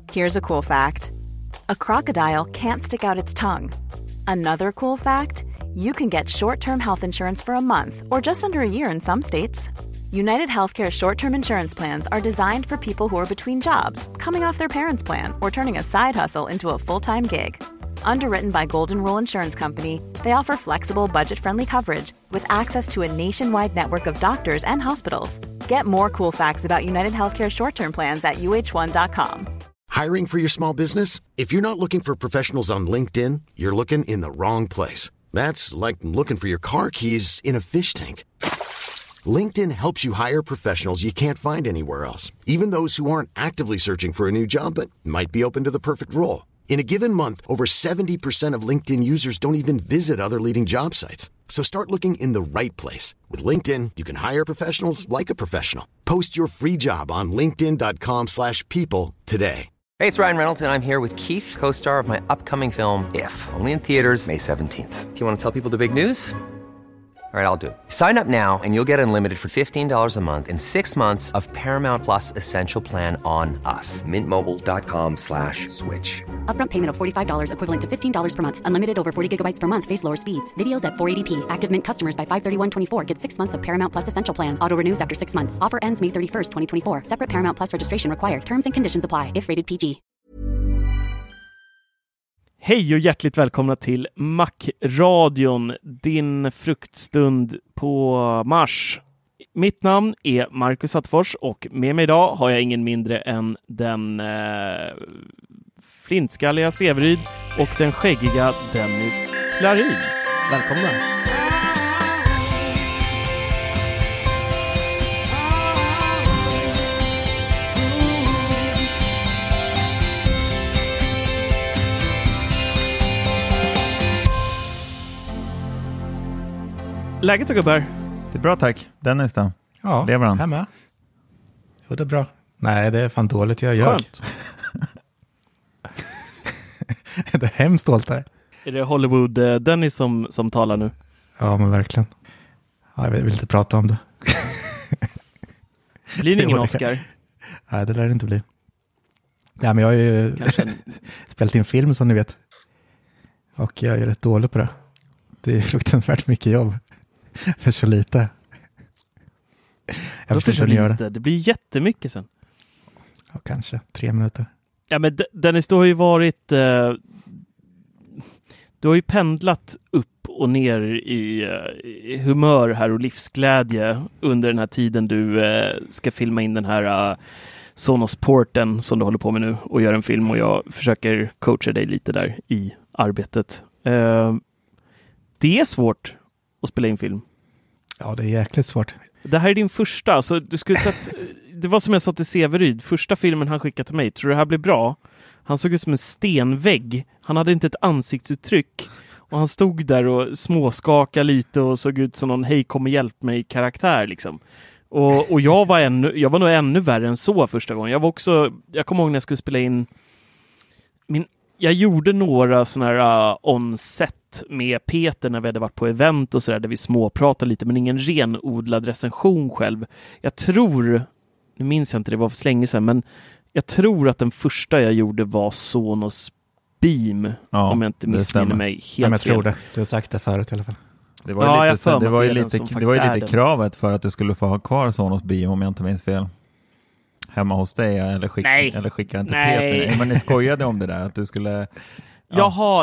Here's a cool fact. A crocodile can't stick out its tongue. Another cool fact, you can get short-term health insurance for a month or just under a year in some states. United Healthcare short-term insurance plans are designed for people who are between jobs, coming off their parents' plan, or turning a side hustle into a full-time gig. Underwritten by Golden Rule Insurance Company, they offer flexible, budget-friendly coverage with access to a nationwide network of doctors and hospitals. Get more cool facts about United Healthcare short-term plans at uh1.com. Hiring for your small business? If you're not looking for professionals on LinkedIn, you're looking in the wrong place. That's like looking for your car keys in a fish tank. LinkedIn helps you hire professionals you can't find anywhere else, even those who aren't actively searching for a new job but might be open to the perfect role. In a given month, over 70% of LinkedIn users don't even visit other leading job sites. So start looking in the right place. With LinkedIn, you can hire professionals like a professional. Post your free job on linkedin.com/people today. Hey, it's Ryan Reynolds, and I'm here with Keith, co-star of my upcoming film, If, only in theaters May 17th. Do you want to tell people the big news? All right, I'll do it. Sign up now and you'll get unlimited for $15 a month and 6 months of Paramount Plus Essential Plan on us. Mintmobile.com/switch. Upfront payment of $45 equivalent to $15 per month. Unlimited over 40 gigabytes per month. Face lower speeds. Videos at 480p. Active Mint customers by 531.24 get 6 months of Paramount Plus Essential Plan. Auto renews after 6 months. Offer ends May 31st, 2024. Separate Paramount Plus registration required. Terms and conditions apply if rated PG. Hej och hjärtligt välkomna till Mac-radion, din fruktstund på Mars. Mitt namn är Marcus Attefors och med mig idag har jag ingen mindre än den flintskalliga Severyd och den skäggiga Dennis Klarin. Välkomna! Läget då, gubbar? Det är bra, tack. Dennis då? Ja, lever han? Hemma. Jo, det är bra. Nej, det är fan dåligt. Jag gör. Det är hemskt dåligt där. Är det Hollywood Dennis som talar nu? Ja, men verkligen. Ja, jag vill inte prata om det. Blir det ingen Oscar? Nej, det lär det inte bli. Ja, men jag har ju spelat in film som ni vet. Och jag är rätt dålig på det. Det är fruktansvärt mycket jobb. För så lite. Jag för så lite? Det blir jättemycket sen. Ja, kanske. 3 minuter. Ja, men Dennis, du har ju varit... du har ju pendlat upp och ner i humör här och livsglädje under den här tiden du ska filma in den här Sonos-porten som du håller på med nu och gör en film, och jag försöker coacha dig lite där i arbetet. Det är svårt att spela in film. Ja, det är jäkligt svårt. Det här är din första. Alltså, du skulle sett, det var som jag sa till Severyd. Första filmen han skickade till mig. Tror du det här blir bra? Han såg ut som en stenvägg. Han hade inte ett ansiktsuttryck. Och han stod där och småskakade lite och såg ut som någon hej kom och hjälp mig karaktär liksom. Och jag var nog ännu värre än så första gången. Jag kommer ihåg när jag skulle spela in jag gjorde några såna här on-set med Peter när vi hade varit på event och sådär, där vi småpratade lite, men ingen renodlad recension själv. Jag tror, nu minns jag inte, det var för så länge sedan, men jag tror att den första jag gjorde var Sonos Beam, om jag inte missminner mig helt fel. Jag tror det. Du har sagt det förut i alla fall. Det var ju lite kravet för att du skulle få ha kvar Sonos Beam, om jag inte minns fel. Hemma hos dig eller skickar den till Peter. Men ni skojade om det där att du skulle... Jaha,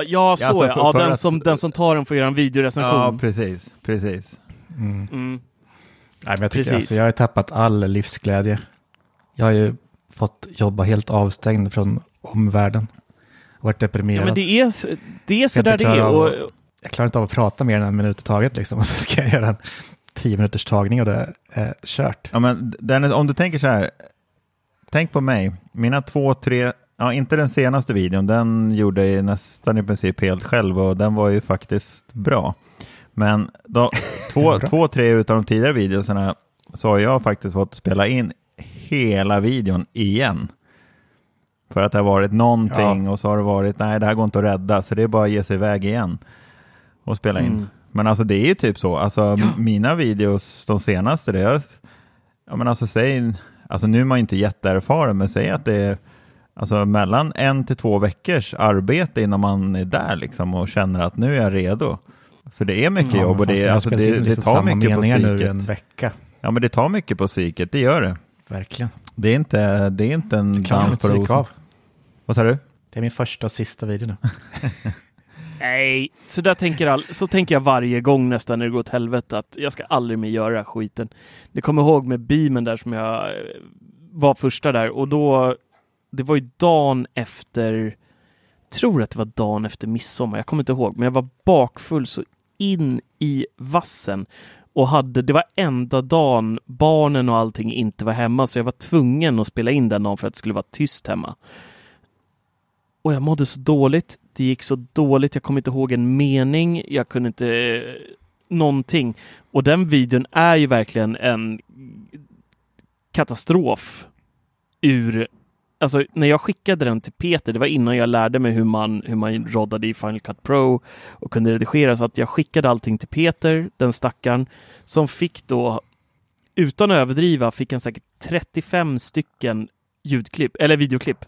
den som tar den får göra en videorecension. Ja, precis. Nej, men jag tycker alltså, jag har tappat all livsglädje. Jag har ju fått jobba helt avstängd från omvärlden. Och varit deprimerad. Ja, men det är så där det är. Jag klarar inte av att prata mer än 1 minut i taget liksom. Och så ska jag göra en 10 minuters tagning och det är kört. Ja, men Dennis, om du tänker så här... Tänk på mig. Mina 2-3... Ja, inte den senaste videon. Den gjorde jag nästan i princip helt själv. Och den var ju faktiskt bra. Men 2-3 utav de tidigare videorna så har jag faktiskt fått spela in hela videon igen. För att det har varit någonting och så har det varit, nej det här går inte att rädda. Så det är bara att ge sig iväg igen och spela in. Men alltså det är ju typ så. Alltså mina videos, de senaste, det är... Ja men alltså säg... Alltså nu är man inte jätteerfaren, men säg att det är alltså mellan 1 till 2 veckors arbete innan man är där liksom och känner att nu är jag redo. Så det är mycket jobb och det tar mycket på psyket. Nu en vecka. Ja, men det tar mycket på psyket, det gör det. Verkligen. Det är inte en dans på rosen. Vad sa du? Det är min första och sista video nu. Nej, så tänker jag varje gång nästan när det går åt helvete att jag ska aldrig mer göra skiten. Det kommer ihåg med beamen där som jag var första där och då det var ju dagen efter, tror att det var dagen efter midsommar, jag kommer inte ihåg, men jag var bakfull så in i vassen och det var enda dagen barnen och allting inte var hemma så jag var tvungen att spela in den dagen för att det skulle vara tyst hemma. Och jag mådde så dåligt. Det gick så dåligt. Jag kommer inte ihåg en mening. Jag kunde inte någonting. Och den videon är ju verkligen en katastrof alltså när jag skickade den till Peter, det var innan jag lärde mig hur man roddade i Final Cut Pro och kunde redigera, så att jag skickade allting till Peter, den stackaren, som fick då, utan att överdriva, fick han säkert 35 stycken ljudklipp, eller videoklipp.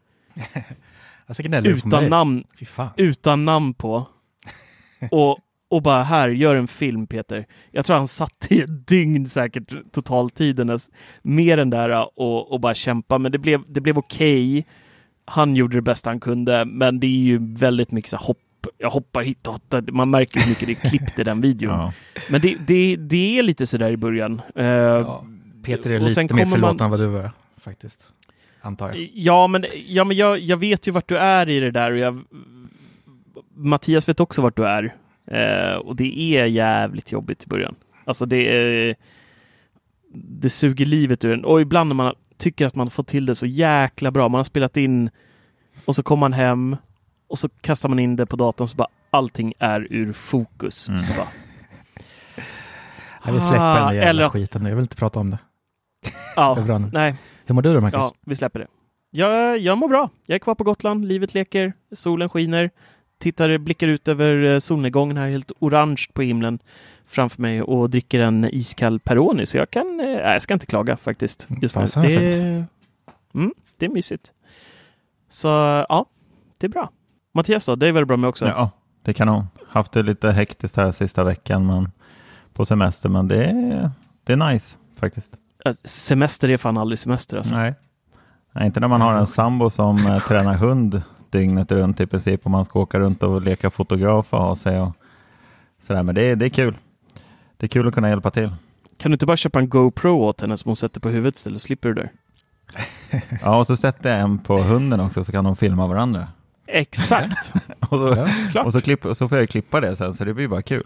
Utan namn på. Och bara här, gör en film Peter. Jag tror han satt i ett dygn säkert totaltiden mer än där och bara kämpa. Men det blev okej. Han gjorde det bästa han kunde. Men det är ju väldigt mycket så jag hoppar hit och hit. Man märker hur mycket det är klippt i den videon. Ja. Men det är lite sådär i början. Peter är lite mer förlåten än vad du är faktiskt. Antar jag. Ja, men jag vet ju vart du är i det där. Och Mattias vet också vart du är. Och det är jävligt jobbigt i början. Alltså det suger livet ur en. Och ibland när man tycker att man har fått till det så jäkla bra. Man har spelat in och så kommer man hem och så kastar man in det på datorn så bara allting är ur fokus. Så bara, jag vill släppa den jävla skiten. Jag vill inte prata om det. Ja, nej. Hur mår du då, Marcus? Ja, vi släpper det. Jag mår bra. Jag är kvar på Gotland. Livet leker. Solen skiner. Blickar ut över solnedgången här, helt orange på himlen framför mig och dricker en iskall Peroni. Så jag ska inte klaga faktiskt just nu. Det är mysigt. Så ja, det är bra. Mattias då, det är väl bra med också? Ja, det kan nog. Haft det lite hektiskt här sista veckan på semester, men det är nice faktiskt. Semester är fan aldrig semester alltså. Nej, inte när man har en sambo som tränar hund dygnet runt i princip och man ska åka runt och leka fotograf och ha sig och sådär, men det är kul. Det är kul att kunna hjälpa till. Kan du inte bara köpa en GoPro åt henne som hon sätter på huvudet istället, slipper du där? Ja, och så sätter jag en på hunden också så kan de filma varandra. Exakt. och så får jag klippa det sen så det blir bara kul.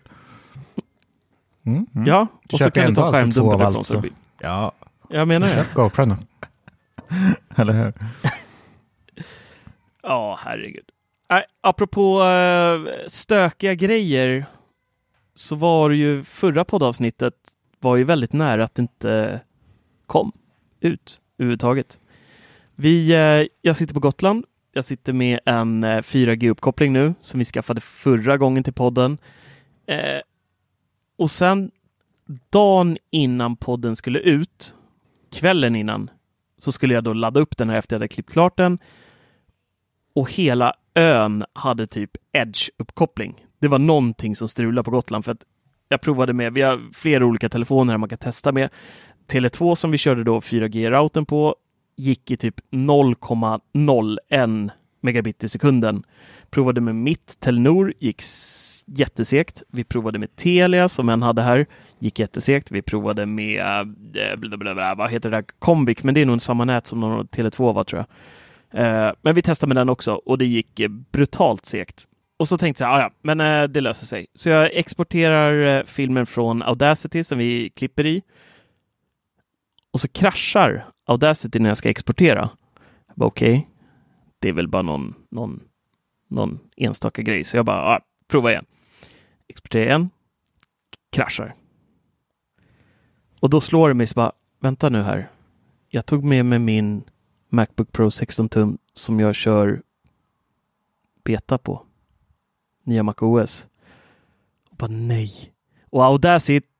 Ja, och så kan du ta skärmdumpen därifrån så det blir... Ja. Jag menar det. GoPro nu. Eller hur? Ja, herregud. Apropå stökiga grejer så var det ju förra poddavsnittet var ju väldigt nära att det inte kom ut överhuvudtaget. Jag sitter på Gotland. Jag sitter med en 4G-uppkoppling nu som vi skaffade förra gången till podden. Och sen dagen innan podden skulle ut, kvällen innan, så skulle jag då ladda upp den här efter jag hade klippt klart den. Och hela ön hade typ Edge-uppkoppling. Det var någonting som strulade på Gotland för att jag provade vi har flera olika telefoner man kan testa med. Tele2 som vi körde då 4G-routern på gick i typ 0,01 megabit i sekunden. Provade med mitt Telenor, gick jättesegt. Vi provade med Telia som en hade här, gick jättesegt. Vi provade med vad heter det där? Comviq, men det är nog samma nät som någon Tele2 var tror jag. Men vi testade med den också och det gick brutalt segt. Och så tänkte jag, men det löser sig. Så jag exporterar filmen från Audacity som vi klipper i. Och så kraschar Audacity när jag ska exportera. Jag bara okej, det är väl bara någon enstaka grej. Så jag bara, prova igen. Exportera igen. Kraschar. Och då slår det mig så bara, vänta nu här. Jag tog med mig min MacBook Pro 16 tum som jag kör beta på. Nya Mac OS. Och bara nej. Och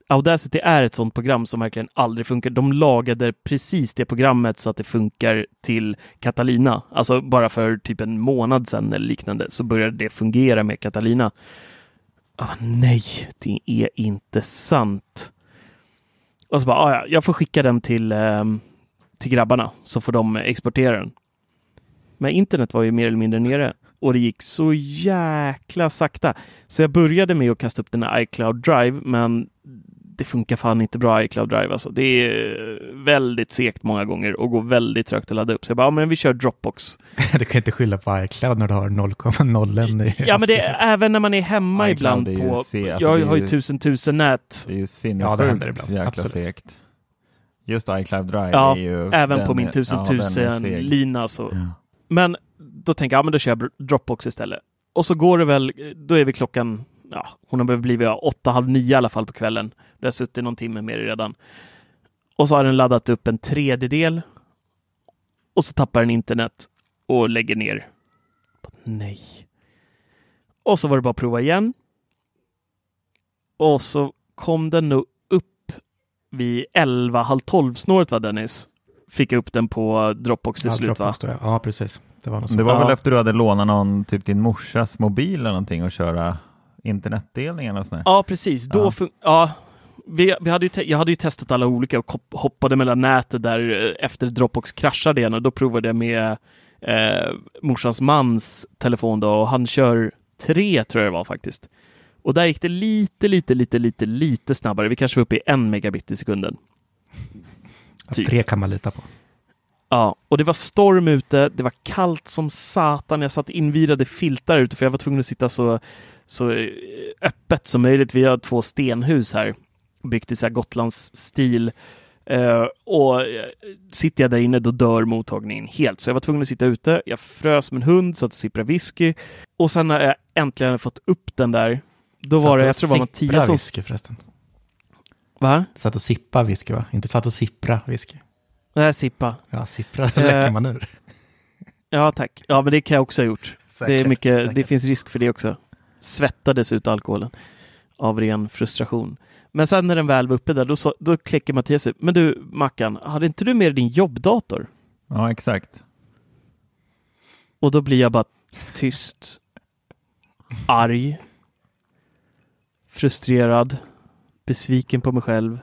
Audacity är ett sånt program som verkligen aldrig funkar. De lagade precis det programmet så att det funkar till Catalina. Alltså bara för typ en månad sedan eller liknande så började det fungera med Catalina. Nej, det är inte sant. Och så bara, jag får skicka den till grabbarna så får de exportera den. Men internet var ju mer eller mindre nere och det gick så jäkla sakta. Så jag började med att kasta upp den här iCloud Drive, men det funkar fan inte bra iCloud Drive. Alltså. Det är väldigt segt många gånger och går väldigt trögt att ladda upp. Så jag bara, men vi kör Dropbox. Du kan inte skylla på iCloud när du har 0,0 i Ja, men det är även när man är hemma ibland på... jag har ju 1000 nät. Det är ju sinnessjukt jäkla segt. Just iCloud Drive är ju... även på min 1000 lina så... Ja. Men då tänker jag, men då kör jag Dropbox istället. Och så går det väl, då är vi klockan, hon har blivit 8:30 i alla fall på kvällen. Det har suttit någon timme med det redan. Och så har den laddat upp en tredjedel. Och så tappar den internet och lägger ner. Nej. Och så var det bara att prova igen. Och så kom den nog upp vid 11:30 snåret, va Dennis? Fick upp den på Dropbox till slut, Dropbox, va? Ja, precis. Det var väl efter du hade lånat någon, typ din morsas mobil eller någonting och köra internetdelningen och sådär. Ja, precis. Då jag hade ju testat alla olika och hoppade mellan nätet där efter Dropbox kraschade igen och då provade jag med morsans mans telefon då och han kör 3 tror jag det var faktiskt. Och där gick det lite snabbare. Vi kanske var uppe i 1 megabit i sekunden. Typ. 3 kan man lita på. Ja, och det var storm ute. Det var kallt som satan. Jag satt invirade filtar ute för jag var tvungen att sitta så öppet som möjligt. Vi har 2 stenhus här. Byggt i så här Gotlands stil. Och sitter jag där inne då dör mottagningen helt. Så jag var tvungen att sitta ute. Jag frös som en hund, satt och sipprade whisky. Och sen när jag äntligen fått upp den där. Då var det, jag tror det var Mattias som... whisky förresten. Va? Satt och sippa whisky, va? Inte satt och sippra whisky. Nej, sippa. Ja, sippra läcker man ur. Ja, tack. Ja, men det kan jag också ha gjort. Säkert, det är mycket, säkert. Det finns risk för det också. Svettades ut alkoholen av ren frustration. Men sen när den väl var uppe där, då kläcker Mattias upp. Men du, Mackan, hade inte du med din jobbdator? Ja, exakt. Och då blir jag bara tyst, arg, frustrerad, besviken på mig själv.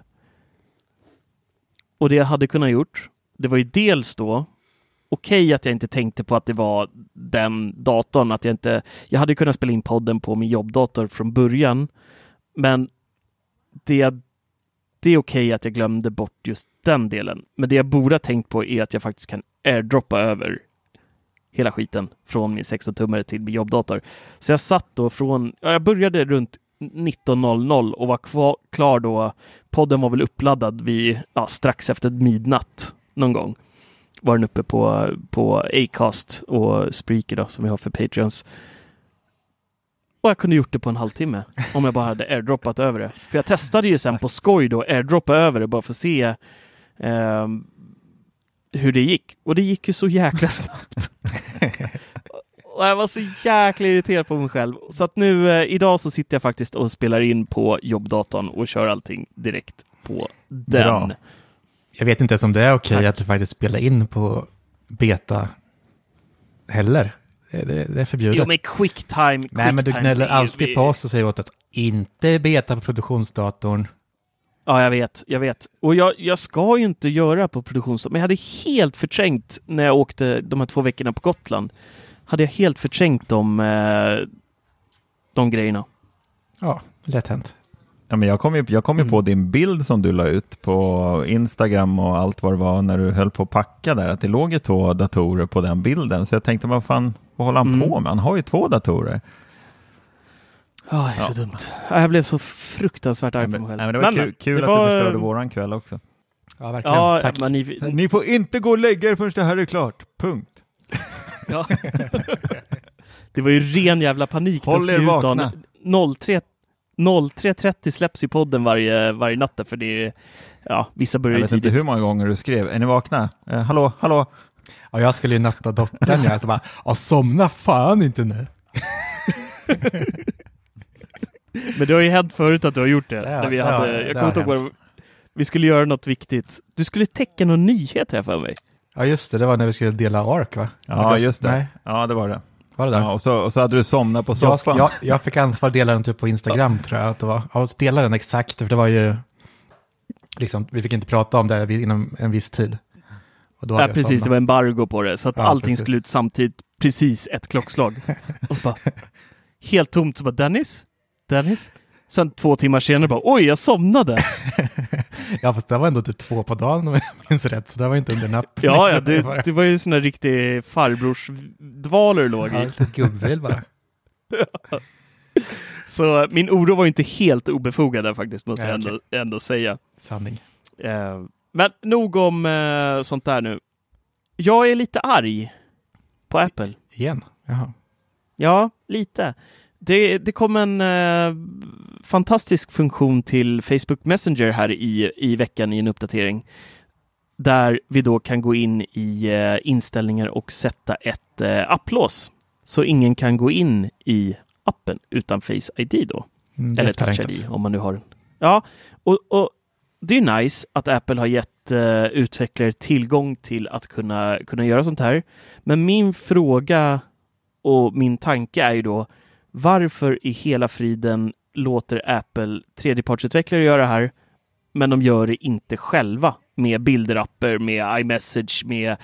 Och det jag hade kunnat gjort, det var ju dels då okej att jag inte tänkte på att det var den datorn, att jag hade kunnat spela in podden på min jobbdator från början, men det är okej att jag glömde bort just den delen. Men det jag borde ha tänkt på är att jag faktiskt kan airdroppa över hela skiten från min 16-tummare till min jobbdator. Så jag satt då jag började runt 19:00 och var klar då. Podden var väl uppladdad vid strax efter midnatt någon gång. Var den uppe på Acast och Spreaker då, som vi har för Patreons. Och jag kunde gjort det på en halvtimme om jag bara hade airdroppat över det. För jag testade ju sen på skoj då airdroppa över det bara för att se hur det gick. Och det gick ju så jäkla snabbt. Och jag var så jäkla irriterad på mig själv. Så att nu, idag så sitter jag faktiskt och spelar in på jobbdatorn och kör allting direkt på den. Bra. Jag vet inte ens om det är okej att du faktiskt spelar in på beta heller. Det är förbjudet. Jo, men QuickTime. Nej, men du gnäller alltid på oss och säger åt att inte beta på produktionsdatorn. Ja, jag vet. Och jag ska ju inte göra på produktionsdatorn. Men jag hade helt förträngt när jag åkte de här 2 veckorna på Gotland. Hade jag helt förträngt de grejerna. Ja, lätt hänt. Ja, men jag kom ju på din bild som du la ut på Instagram och allt vad det var när du höll på att packa där. Att det låg ju 2 datorer på den bilden. Så jag tänkte, vad håller han på med? Han har ju 2 datorer. Det är så dumt. Jag blev så fruktansvärt arg på mig själv. Nej, men det var kul att du förstörde våran kväll också. Ja, verkligen. Ja, tack. Men ni får inte gå och lägga er förrän det här är klart. Punkt. Ja. Det var ju ren jävla panik. Håll er vakna. 03.30 släpps i podden varje natt. För det är, vissa börjar ju tidigt. Jag vet inte hur många gånger du skrev. Är ni vakna? Hallå? Ja, jag skulle ju natta dottern. Jag så bara, somna fan inte nu. Men det har ju hänt förut att du har gjort det. Ja, när vi ja, hade, det jag har kommer inte ihåg hänt. vi skulle göra något viktigt. Du skulle täcka någon nyhet här för mig. Ja, just det. Det var när vi skulle dela ark, va? Ja, just det. Nej, Ja, det var det. var det där? Ja, och så hade du somnat på soffan. Jag fick ansvar att dela den typ på Instagram, tror jag. Att det var. Ja, dela den exakt, för det var ju... Liksom, vi fick inte prata om det inom en viss tid. Och då Ja, precis. somnat. Det var embargo på det. Så att Ja, allting precis. skulle ut samtidigt. Precis ett klockslag. Och så bara... Helt tomt. Så bara, Dennis? Sen 2 timmar senare bara, oj, jag somnade. Ja, fast det var ändå typ 2 på dagen om jag minns rätt. Så det var inte under natt. Ja, det var ju sån här riktig farbrorsdvaler låg Ja, i. lite gubbvill bara. Så min oro var ju inte helt obefogad där faktiskt, måste jag Nej, ändå säga. Sanning. Men nog om sånt där nu. Jag är lite arg på Apple. Igen? Jaha. Ja, lite. Det kom en fantastisk funktion till Facebook Messenger här i veckan i en uppdatering. Där vi då kan gå in i inställningar och sätta ett applås. Så ingen kan gå in i appen utan Face ID då. Eller Touch ID om man nu har den. Ja, och det är nice att Apple har gett utvecklare tillgång till att kunna göra sånt här. Men min fråga och min tanke är ju då, varför i hela friden låter Apple tredjepartsutvecklare göra det här, men de gör det inte själva med bilderapper, med iMessage, med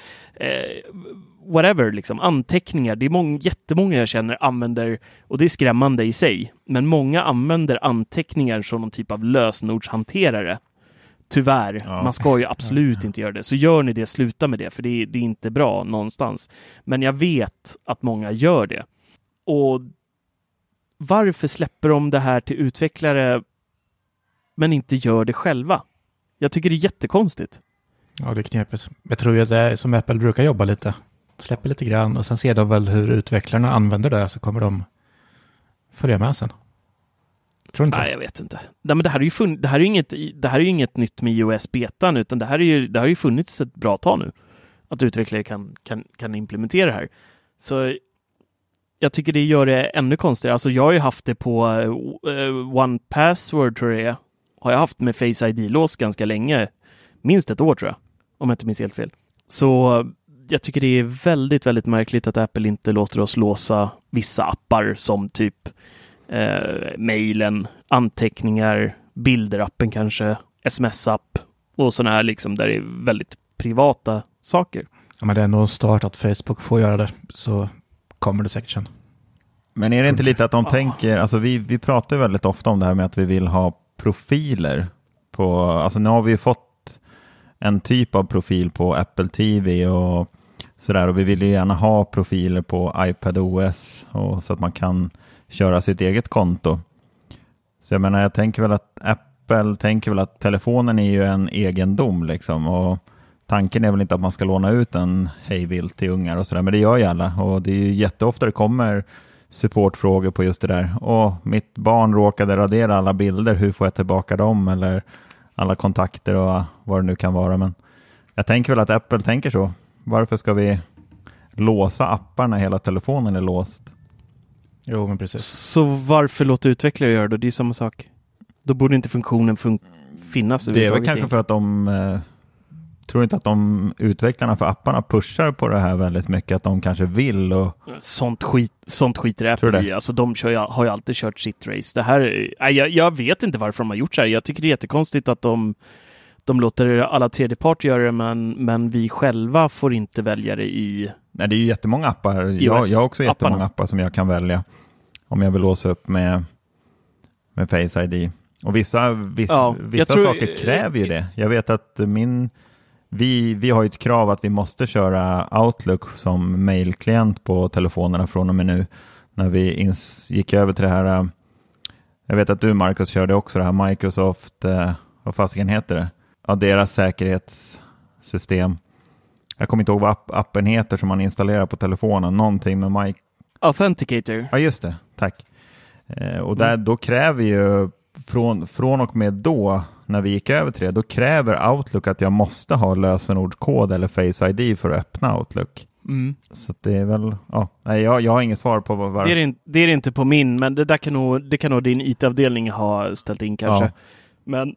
whatever, liksom, anteckningar. Det är jättemånga jag känner använder, och det är skrämmande i sig, men många använder anteckningar som någon typ av lösenordshanterare. Tyvärr, man ska ju absolut inte göra det. Så gör ni det, sluta med det, för det är inte bra någonstans. Men jag vet att många gör det. Och varför släpper de det här till utvecklare men inte gör det själva? Jag tycker det är jättekonstigt. Ja, det är knepigt. Jag tror ju att det är som Apple brukar jobba lite. Släpper lite grann och sen ser de väl hur utvecklarna använder det, så kommer de följa med sen. Tror inte. Nej, jag vet inte. Nej, men det här är ju inget nytt med iOS-betan, utan det har ju funnits ett bra tag nu. Att utvecklare kan implementera det här. Så jag tycker det gör det ännu konstigare. Alltså jag har ju haft det på One Password, tror jag. Har jag haft med Face ID-lås ganska länge. Minst ett år, tror jag. Om jag inte minns helt fel. Så jag tycker det är väldigt, väldigt märkligt att Apple inte låter oss låsa vissa appar som typ mailen, anteckningar, bilderappen kanske, sms-app och sådana här liksom, där det är väldigt privata saker. Ja, men det är nog start att Facebook får göra det, så kommer det säkert sen. Men är det inte lite att de tänker, alltså vi pratar ju väldigt ofta om det här med att vi vill ha profiler på, alltså nu har vi ju fått en typ av profil på Apple TV och sådär, och vi vill ju gärna ha profiler på iPadOS och så att man kan köra sitt eget konto. Så jag menar, jag tänker väl att Apple tänker väl att telefonen är ju en egendom liksom, och tanken är väl inte att man ska låna ut en hejvilt till ungar och sådär, men det gör ju alla, och det är ju jätteofta det kommer supportfrågor på just det där. Och mitt barn råkade radera alla bilder, hur får jag tillbaka dem, eller alla kontakter och vad det nu kan vara. Men jag tänker väl att Apple tänker så. Varför ska vi låsa apparna när hela telefonen är låst? Jo, men precis. Så varför låter utvecklare göra det? Det är ju samma sak. Då borde inte funktionen finnas. Det är väl kanske för att de tror inte att de utvecklarna för apparna pushar på det här väldigt mycket, att de kanske vill. Och sånt skiter Apple i. Alltså de har ju alltid kört sitt race. Det här, jag vet inte varför de har gjort så här. Jag tycker det är jättekonstigt att de låter alla tredjepart göra det, men vi själva får inte välja det i. Nej, det är ju jättemånga appar. Jag har också jättemånga appar som jag kan välja om jag vill låsa upp med Face ID. Och vissa saker kräver ju det. Jag vet att vi har ju ett krav att vi måste köra Outlook som mailklient på telefonerna från och med nu. När vi gick över till det här, jag vet att du, Marcus, körde också det här Microsoft, vad fasiken heter det? Ja, deras säkerhetssystem. Jag kommer inte ihåg vad appen heter som man installerar på telefonen. Någonting med Authenticator. Ja, just det. Tack. Och då kräver ju från och med då, när vi gick över till det, då kräver Outlook att jag måste ha lösenordskod eller Face ID för att öppna Outlook. Så det är väl, nej, jag har inget svar på varför. Det är det inte på min, men det kan nog din IT-avdelning ha ställt in kanske. Ja. Men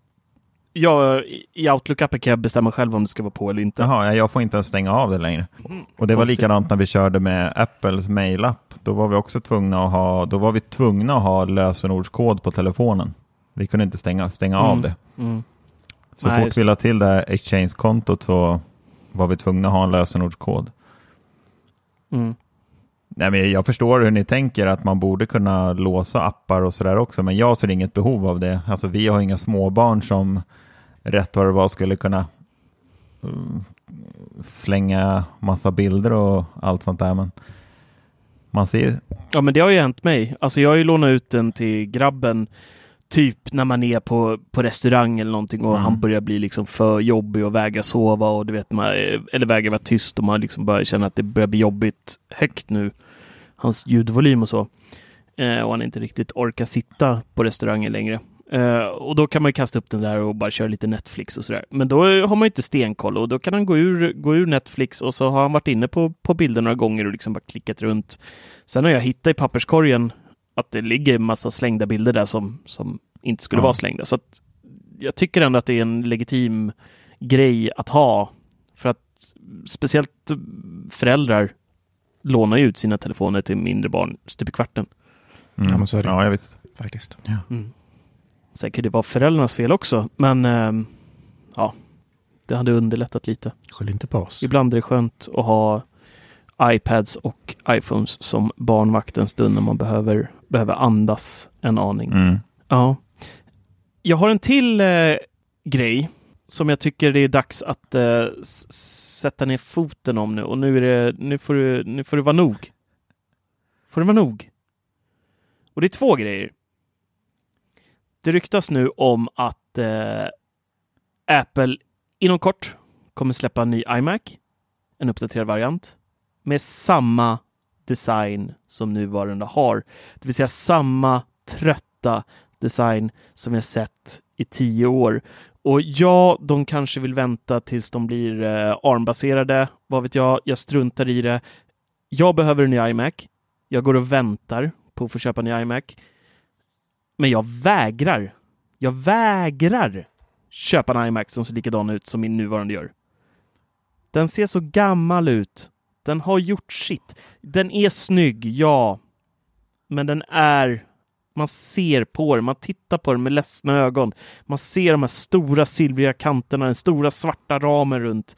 i Outlook-appen kan jag bestämma själv om det ska vara på eller inte. Jaha, jag får inte ens stänga av det längre. Och det var likadant när vi körde med Apples mailapp. Då var vi också tvungna att ha lösenordskod på telefonen. Vi kunde inte stänga av det. Så fort vi la till det här Exchange-kontot så var vi tvungna att ha en lösenordskod. Nej, men jag förstår hur ni tänker att man borde kunna låsa appar och sådär också, men jag ser inget behov av det. Alltså vi har inga småbarn som rätt vad det var skulle kunna slänga massa bilder och allt sånt där, men man ser. Ja, men det har ju hänt mig. Alltså jag har ju lånat ut den till grabben typ när man är på restaurang eller någonting och han börjar bli liksom för jobbig och vägra sova och du vet eller vägra vara tyst och man liksom börjar känna att det börjar bli jobbigt högt nu, hans ljudvolym och så, och han inte riktigt orkar sitta på restaurangen längre, och då kan man ju kasta upp den där och bara köra lite Netflix och sådär, men då har man ju inte stenkoll och då kan han gå ur Netflix och så har han varit inne på bilder några gånger och liksom bara klickat runt. Sen har jag hittat i papperskorgen att det ligger en massa slängda bilder där som inte skulle vara slängda. Så att jag tycker ändå att det är en legitim grej att ha. För att speciellt föräldrar lånar ut sina telefoner till mindre barn stup i kvarten. Ja, men så är det. Ja, jag visst. Faktiskt. Ja. Säkert det var föräldrarnas fel också. Men det hade underlättat lite. Skyll inte på oss. Ibland är det skönt att ha iPads och iPhones som barnvakt en stund när man behöver andas en aning. Ja. Jag har en till grej som jag tycker det är dags att sätta ner foten om nu. Och nu får det vara nog. Får det vara nog. Och det är 2 grejer. Det ryktas nu om att Apple inom kort kommer släppa en ny iMac. En uppdaterad variant. Med samma design som nuvarande har. Det vill säga samma trötta design som vi har sett i 10 år. Och ja, de kanske vill vänta tills de blir ARM-baserade. Vad vet jag struntar i det. Jag behöver en ny iMac. Jag går och väntar på att få köpa en ny iMac. Men jag vägrar köpa en iMac som ser likadan ut som min nuvarande gör. Den ser så gammal ut. Den har gjort sitt. Den är snygg, ja. Men den är... Man ser på den. Man tittar på den med ledsna ögon. Man ser de här stora silvriga kanterna. Den stora svarta ramen runt.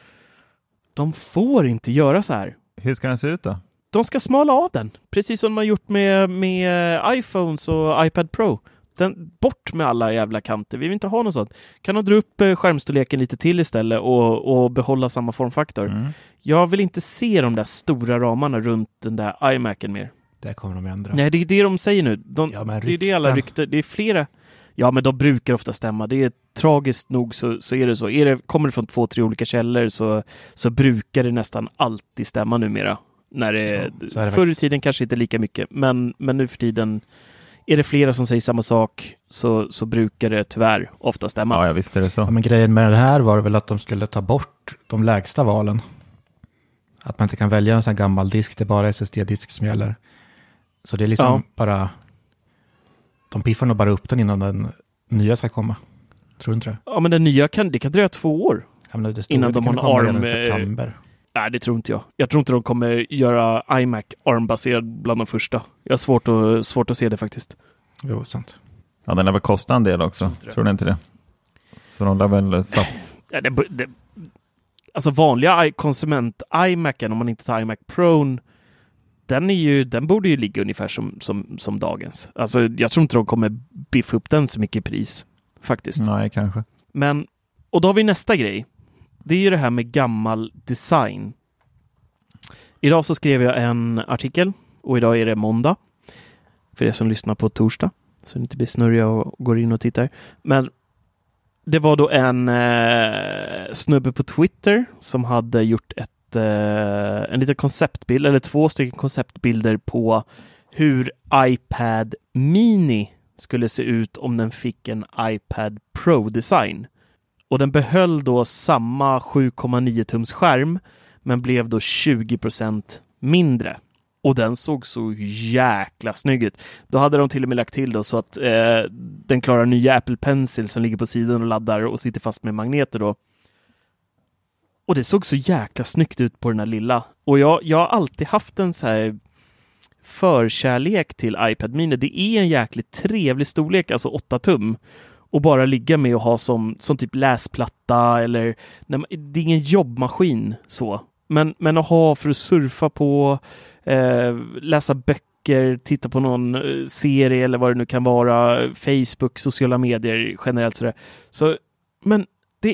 De får inte göra så här. Hur ska den se ut då? De ska smala av den. Precis som de har gjort med iPhones och iPad Pro. Bort med alla jävla kanter. Vi vill inte ha något sånt. Kan de dra upp skärmstorleken lite till istället och behålla samma formfaktor? Jag vill inte se de där stora ramarna runt den där iMacen mer. Det kommer de ändra. Nej, det är det de säger nu. Det är det alla rykter. Det är flera. Ja, men de brukar ofta stämma. Det är tragiskt nog så är det så. Kommer det från 2-3 olika källor så brukar det nästan alltid stämma numera. När det förr i tiden kanske inte lika mycket. Men nu för tiden är det flera som säger samma sak så brukar det tyvärr ofta stämma. Ja, visst är det så. Ja, men grejen med det här var väl att de skulle ta bort de lägsta valen. Att man inte kan välja en sån här gammal disk. Det är bara SSD-disk som gäller. Så det är liksom bara... De piffar nog bara upp den innan den nya ska komma. Tror du inte det? Ja, men den nya kan dröja 2 år. Ja, men det innan de har en ARM... september. Nej, det tror inte jag. Jag tror inte de kommer göra iMac ARM-baserad bland de första. Jag har svårt att se det faktiskt. Jo, sant. Ja, den har väl kostat en del också. Tror du inte det? Så de lär väl sats. Ja, alltså vanliga konsument-iMacen, om man inte tar iMac Pro, den borde ju ligga ungefär som dagens. Alltså, jag tror inte de kommer biffa upp den så mycket i pris. Faktiskt. Nej, kanske. Men, och då har vi nästa grej. Det är ju det här med gammal design. Idag så skrev jag en artikel och idag är det måndag. För er som lyssnar på torsdag. Så det inte blir snurriga och går in och tittar. Men det var då en snubbe på Twitter som hade gjort en liten konceptbild, eller 2 stycken konceptbilder på hur iPad Mini skulle se ut om den fick en iPad Pro-design. Och den behöll då samma 7,9 tums skärm, men blev då 20% mindre. Och den såg så jäkla snygg ut. Då hade de till och med lagt till då så att den klarar nya Apple Pencil som ligger på sidan och laddar och sitter fast med magneter då. Och det såg så jäkla snyggt ut på den här lilla. Och jag har alltid haft en så här förkärlek till iPad Mini. Det är en jäkligt trevlig storlek, alltså 8 tum. Och bara ligga med och ha som typ läsplatta eller... det är ingen jobbmaskin så. Men att ha för att surfa på, läsa böcker, titta på någon serie eller vad det nu kan vara, Facebook, sociala medier generellt sådär. Så, men det...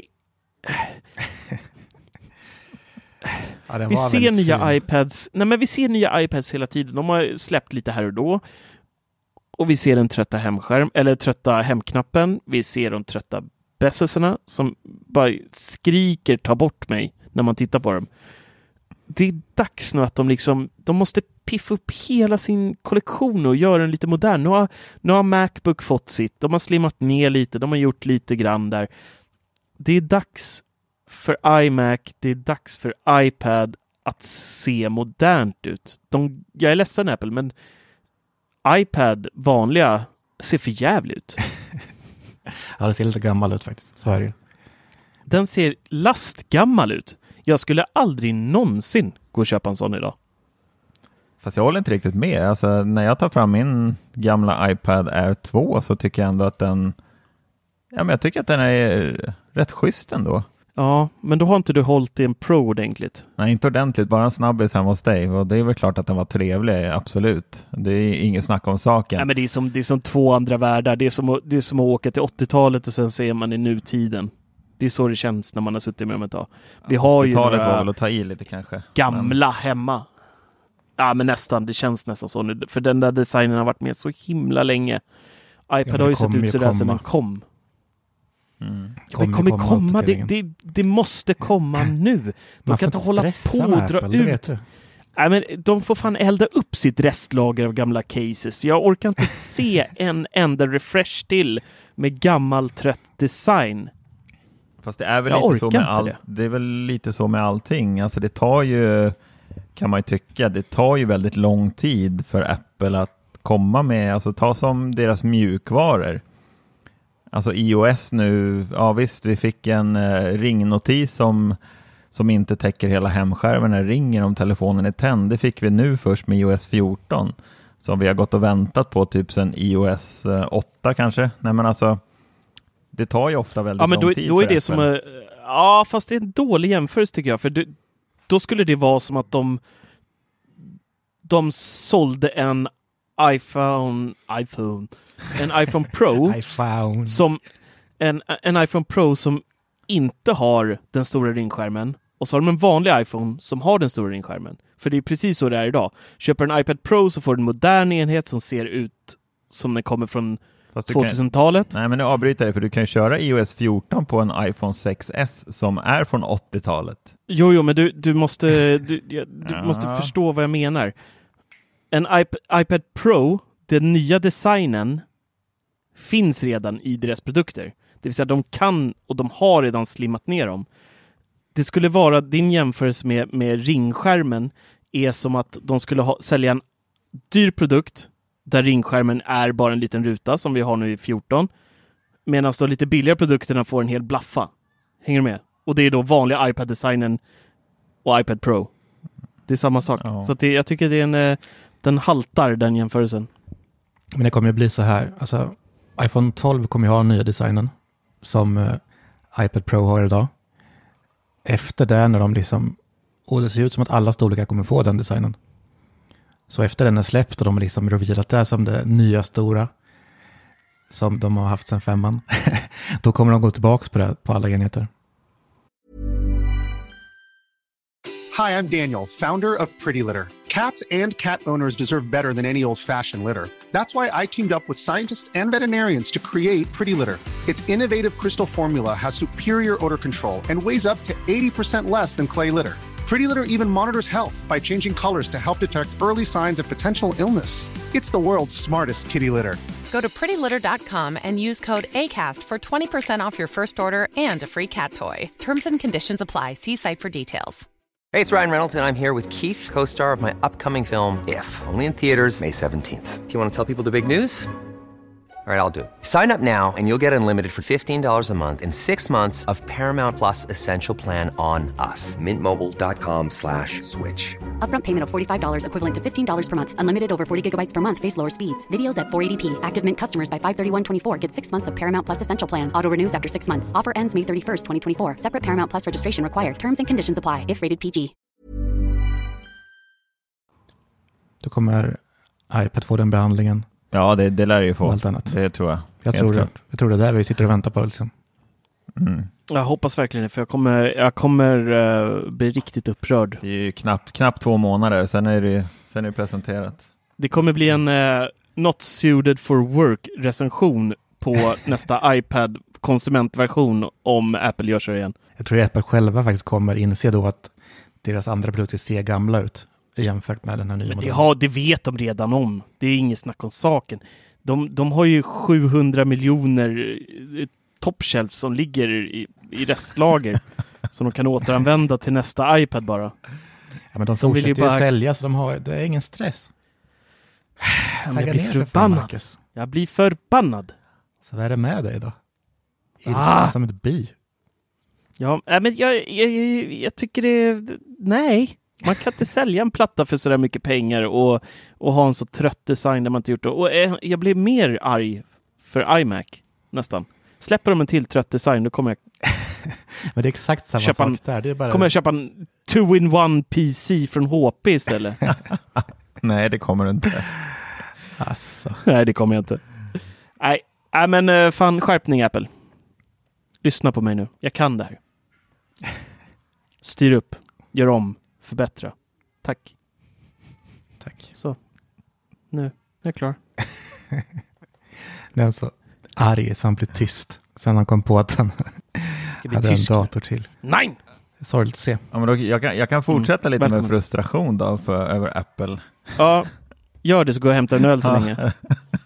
Ja, vi ser nya iPads. Nej, men vi ser nya iPads hela tiden. De har släppt lite här och då. Och vi ser den trötta hemskärm eller trötta hemknappen. Vi ser de trötta bezzelserna som bara skriker ta bort mig när man tittar på dem. Det är dags nu att de måste piffa upp hela sin kollektion och göra den lite modern. Nu har Macbook fått sitt. De har slimmat ner lite. De har gjort lite grann där. Det är dags för iMac, det är dags för iPad att se modernt ut. Jag är ledsen Apple, men iPad vanliga ser för jävligt ut. Ja, det ser lite gammal ut faktiskt. Så är det ju. Den ser lastgammal ut. Jag skulle aldrig någonsin gå och köpa en sån idag. Fast jag håller inte riktigt med. Alltså, när jag tar fram min gamla iPad Air 2 så tycker jag ändå att den... Ja, men jag tycker att den är rätt schysst ändå. Ja, men då har inte du hållit i en Pro ordentligt. Nej, inte ordentligt. Bara en snabbis hemma hos dig. Och det är väl klart att den var trevlig, absolut. Det är inget snack om saken. Nej, men det är som två andra världar. Det är som att åka till 80-talet och sen ser man i nutiden. Det är så det känns när man har suttit med om ett tag. Vi har ju några var väl att ta i lite kanske. Gamla hemma. Ja, men nästan. Det känns nästan så nu. För den där designen har varit med så himla länge. iPad har ju sett ut sådär sedan den kom. Det kommer komma. Det måste komma nu. De kan inte hålla på och dra ut. Nej, men de får fan elda upp sitt restlager av gamla cases. Jag orkar inte se en enda refresh till med gammal trött design. Fast det är väl lite så med allt. Det är väl lite så med allting. Alltså det tar ju, kan man ju tycka, det tar ju väldigt lång tid för Apple att komma med, alltså ta som deras mjukvaror. Alltså iOS nu, ja visst, vi fick en ringnotis som inte täcker hela hemskärmen när det ringer om telefonen är tänd. Det fick vi nu först med iOS 14 som vi har gått och väntat på typ sedan iOS 8 kanske. Nej men alltså, det tar ju ofta väldigt lång tid. Då är det som ja, fast det är en dålig jämförelse tycker jag. För då skulle det vara som att de sålde en iPhone Pro som en iPhone Pro som inte har den stora ringskärmen och så har de en vanlig iPhone som har den stora ringskärmen. För det är precis så det är idag. Köper en iPad Pro så får du en modern enhet som ser ut som den kommer från 2000-talet. Nej, men nu avbryter jag för du kan köra iOS 14 på en iPhone 6S som är från 80-talet. Jo, men du måste måste förstå vad jag menar. En iPad Pro, den nya designen finns redan i deras produkter. Det vill säga de kan och de har redan slimmat ner dem. Det skulle vara, din jämförelse med ringskärmen är som att de skulle sälja en dyr produkt där ringskärmen är bara en liten ruta som vi har nu i 14. Medan de lite billigare produkterna får en hel blaffa. Hänger du med? Och det är då vanliga iPad-designen och iPad Pro. Det är samma sak. Ja. Så att jag tycker det är den haltar, den jämförelsen. Men det kommer ju bli så här. Alltså, iPhone 12 kommer ju ha den nya designen som iPad Pro har idag. Efter det när de liksom... Och det ser ut som att alla storlekar kommer få den designen. Så efter den är släppt och de har liksom revealat det som det nya stora som de har haft sedan 5:an. Då kommer de gå tillbaka på det på alla enheter. Hi, I'm Daniel, founder of Pretty Litter. Cats and cat owners deserve better than any old-fashioned litter. That's why I teamed up with scientists and veterinarians to create Pretty Litter. Its innovative crystal formula has superior odor control and weighs up to 80% less than clay litter. Pretty Litter even monitors health by changing colors to help detect early signs of potential illness. It's the world's smartest kitty litter. Go to prettylitter.com and use code ACAST for 20% off your first order and a free cat toy. Terms and conditions apply. See site for details. Hey, it's Ryan Reynolds, and I'm here with Keith, co-star of my upcoming film, If, only in theaters May 17th. Do you want to tell people the big news? All right, I'll do it. Sign up now and you'll get unlimited for $15 a month and 6 months of Paramount Plus Essential Plan on us. MintMobile.com/switch. Upfront payment of $45 equivalent to $15 per month. Unlimited over 40 gigabytes per month. Face lower speeds. Videos at 480p. Active Mint customers by 531.24 get 6 months of Paramount Plus Essential Plan. Auto renews after 6 months. Offer ends May 31st, 2024. Separate Paramount Plus registration required. Terms and conditions apply if rated PG. Då kommer iPad få den behandlingen. Ja, det lär ju få. Allt annat. Det tror jag. Jag tror det är där vi sitter och väntar på. Liksom. Mm. Jag hoppas verkligen det, för jag kommer bli riktigt upprörd. Det är ju knappt 2 månader, sen är det presenterat. Det kommer bli en not suited for work-recension på nästa iPad konsumentversion om Apple gör så igen. Jag tror att Apple själva faktiskt kommer inse då att deras andra produkter ser gamla ut jämfört med den här nya modellen. Det vet de redan om. Det är inget snack om saken. De har ju 700 miljoner top-shelf som ligger i restlager som de kan återanvända till nästa iPad bara. Ja, men de fortsätter ju sälja, så det är ingen stress. Jag blir förbannad. Jag blir förbannad. Så vad är det med dig då? Som ett bi. Ja, men jag tycker nej. Man kan inte sälja en platta för så där mycket pengar och ha en så trött design där man inte gjort det. Och jag blir mer arg för iMac, nästan. Släpper de en till trött design, då kommer jag... Men det är exakt samma sak där. Det är bara... Kommer jag köpa en 2-in-1 PC från HP istället? Nej, det kommer du inte. Alltså. Nej, det kommer jag inte. Nej, men fan, skärpning Apple. Lyssna på mig nu. Jag kan det här. Styr upp. Gör om. Förbättra. Tack. Så. Nu är jag klar. Den är så arg så han blir tyst. Sen han kom på att han hade en dator till. Nej! Sorgligt att se. Ja, men då, jag kan fortsätta lite med frustration då över Apple. Ja, gör det så går jag och hämtar en öl så länge.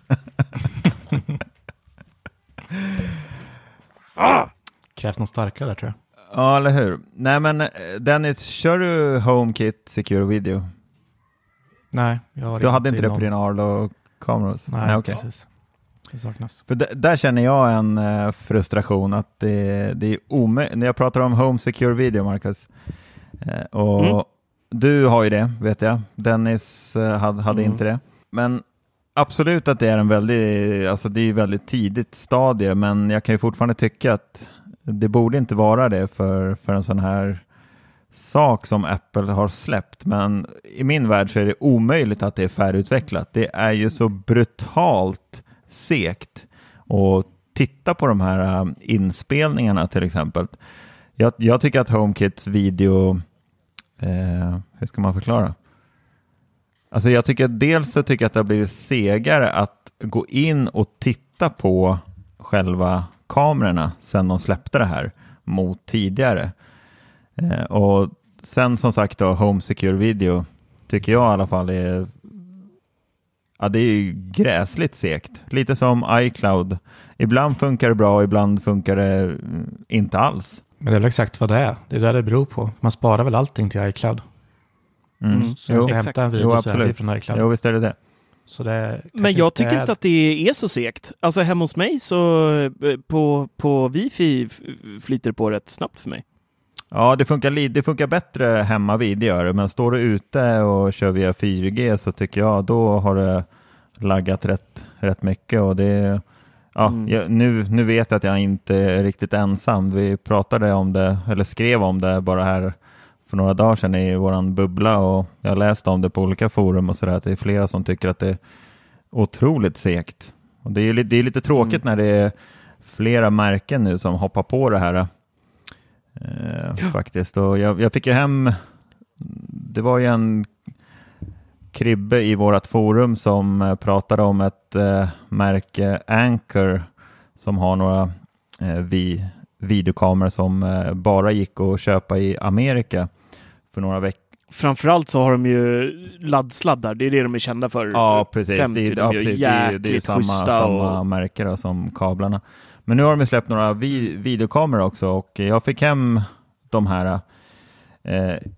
Krävs någon starkare där, tror jag. Ja, eller hur? Nej, men Dennis, kör du HomeKit Secure Video? Nej, du hade inte det på din Arlo-kameror? Nej, okej. Precis. Det saknas. För där känner jag en frustration att det är omöjligt. När jag pratar om Home Secure Video, Marcus, och du har ju det, vet jag. Dennis hade inte det. Men absolut att det är det är väldigt tidigt stadie, men jag kan ju fortfarande tycka att det borde inte vara det för en sån här sak som Apple har släppt. Men i min värld så är det omöjligt att det är färdigutvecklat. Det är ju så brutalt segt. Och titta på de här inspelningarna till exempel. Jag tycker att HomeKits video, hur ska man förklara? Alltså jag tycker att det har blivit segare att gå in och titta på själva kamerorna sen de släppte det här mot tidigare. Och sen som sagt då, Home Secure Video tycker jag i alla fall är ju gräsligt segt. Lite som iCloud. Ibland funkar det bra, ibland funkar det inte alls. Men det är väl exakt vad det är. Det är där det beror på. Man sparar väl allting till iCloud. Så jag ska hämta en video så är från iCloud. Jo, visst är det. Så det men jag tycker inte att det är så segt. Alltså hemma hos mig så på Wi-Fi flyter på rätt snabbt för mig. Ja, det funkar bättre hemma vid det gör det. Men står du ute och kör via 4G så tycker jag då har det laggat rätt mycket. Och det, nu vet jag att jag inte är riktigt ensam. Vi pratade om det, eller skrev om det bara här för några dagar sedan i våran bubbla, och jag läste om det på olika forum och sådär, att det är flera som tycker att det är otroligt segt. Och det är lite tråkigt när det är flera märken nu som hoppar på det här faktiskt. Och jag fick ju hem, det var ju en kribbe i vårat forum som pratade om ett märke Anker som har några videokameror som bara gick att köpa i Amerika för några veckor. Framförallt så har de ju laddsladdar. Det är det de är kända för. Ja, precis. Det är samma märke då, som kablarna. Men nu har de släppt några videokameror också, och jag fick hem de här.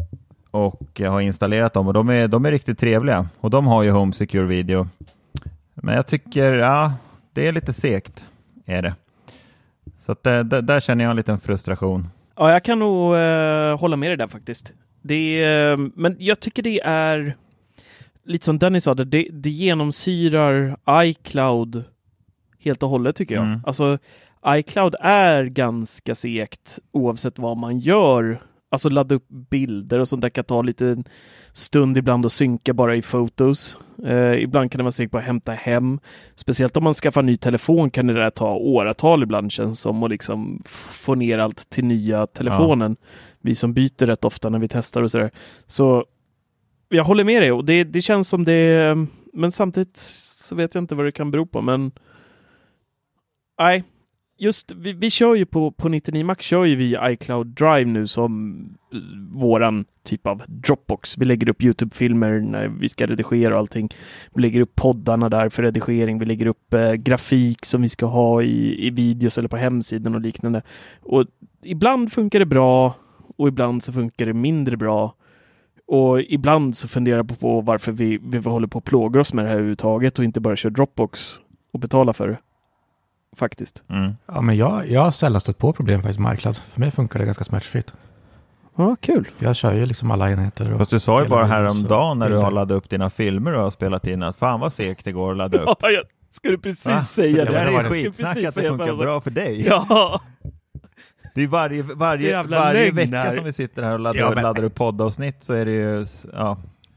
och jag har installerat dem och de är riktigt trevliga. Och de har ju Home Secure Video. Men jag tycker, det är lite segt, är det. Så att där känner jag en liten frustration. Ja, jag kan nog hålla med dig där faktiskt. Men jag tycker det är lite som Dennis sa, det genomsyrar iCloud helt och hållet tycker jag. Alltså iCloud är ganska segt oavsett vad man gör. Alltså ladda upp bilder och sånt där kan ta lite stund ibland och synka bara i Photos. Ibland kan det vara segt på att hämta hem. Speciellt om man skaffar en ny telefon kan det där ta åratal ibland, känns som, att liksom få ner allt till nya telefonen. Ja. Vi som byter rätt ofta när vi testar och sådär. Så jag håller med dig och det känns som det, men samtidigt så vet jag inte vad det kan bero på, men nej. Just, vi kör ju på 99 Mac kör ju vi iCloud Drive nu som våran typ av Dropbox. Vi lägger upp YouTube-filmer när vi ska redigera och allting. Vi lägger upp poddarna där för redigering. Vi lägger upp grafik som vi ska ha i videos eller på hemsidan och liknande. Och ibland funkar det bra och ibland så funkar det mindre bra. Och ibland så funderar jag på varför vi håller på att plåga oss med det här överhuvudtaget och inte bara kör Dropbox och betala för det. Faktiskt. Ja, men jag har sällan stött på problem faktiskt med iCloud. För mig funkar det ganska smärtfritt. Ja, kul. Jag kör ju liksom alla enheter. Fast du sa ju bara häromdagen när du har laddat upp dina filmer och har spelat in att fan vad segt det går att ladda upp. Ja, jag skulle precis säga det. Det är skitsnack att det funkar bra för dig. Ja. Det är varje vecka som vi sitter här och laddar upp poddavsnitt så är det ju... Ja.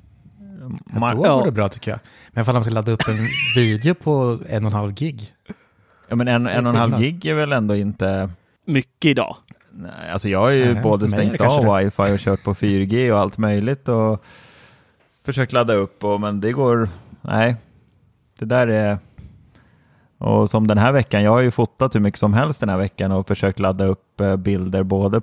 Då går det bra tycker jag. Men ifall de ska ladda upp en video på 1,5 gig. Ja, men 1,5 gig är väl ändå inte... mycket idag. Nej, alltså jag har ju både stängt av wifi och kört på 4G och allt möjligt och försökt ladda upp men det går... Nej, det där är... Och som den här veckan, jag har ju fotat hur mycket som helst den här veckan och försökt ladda upp bilder både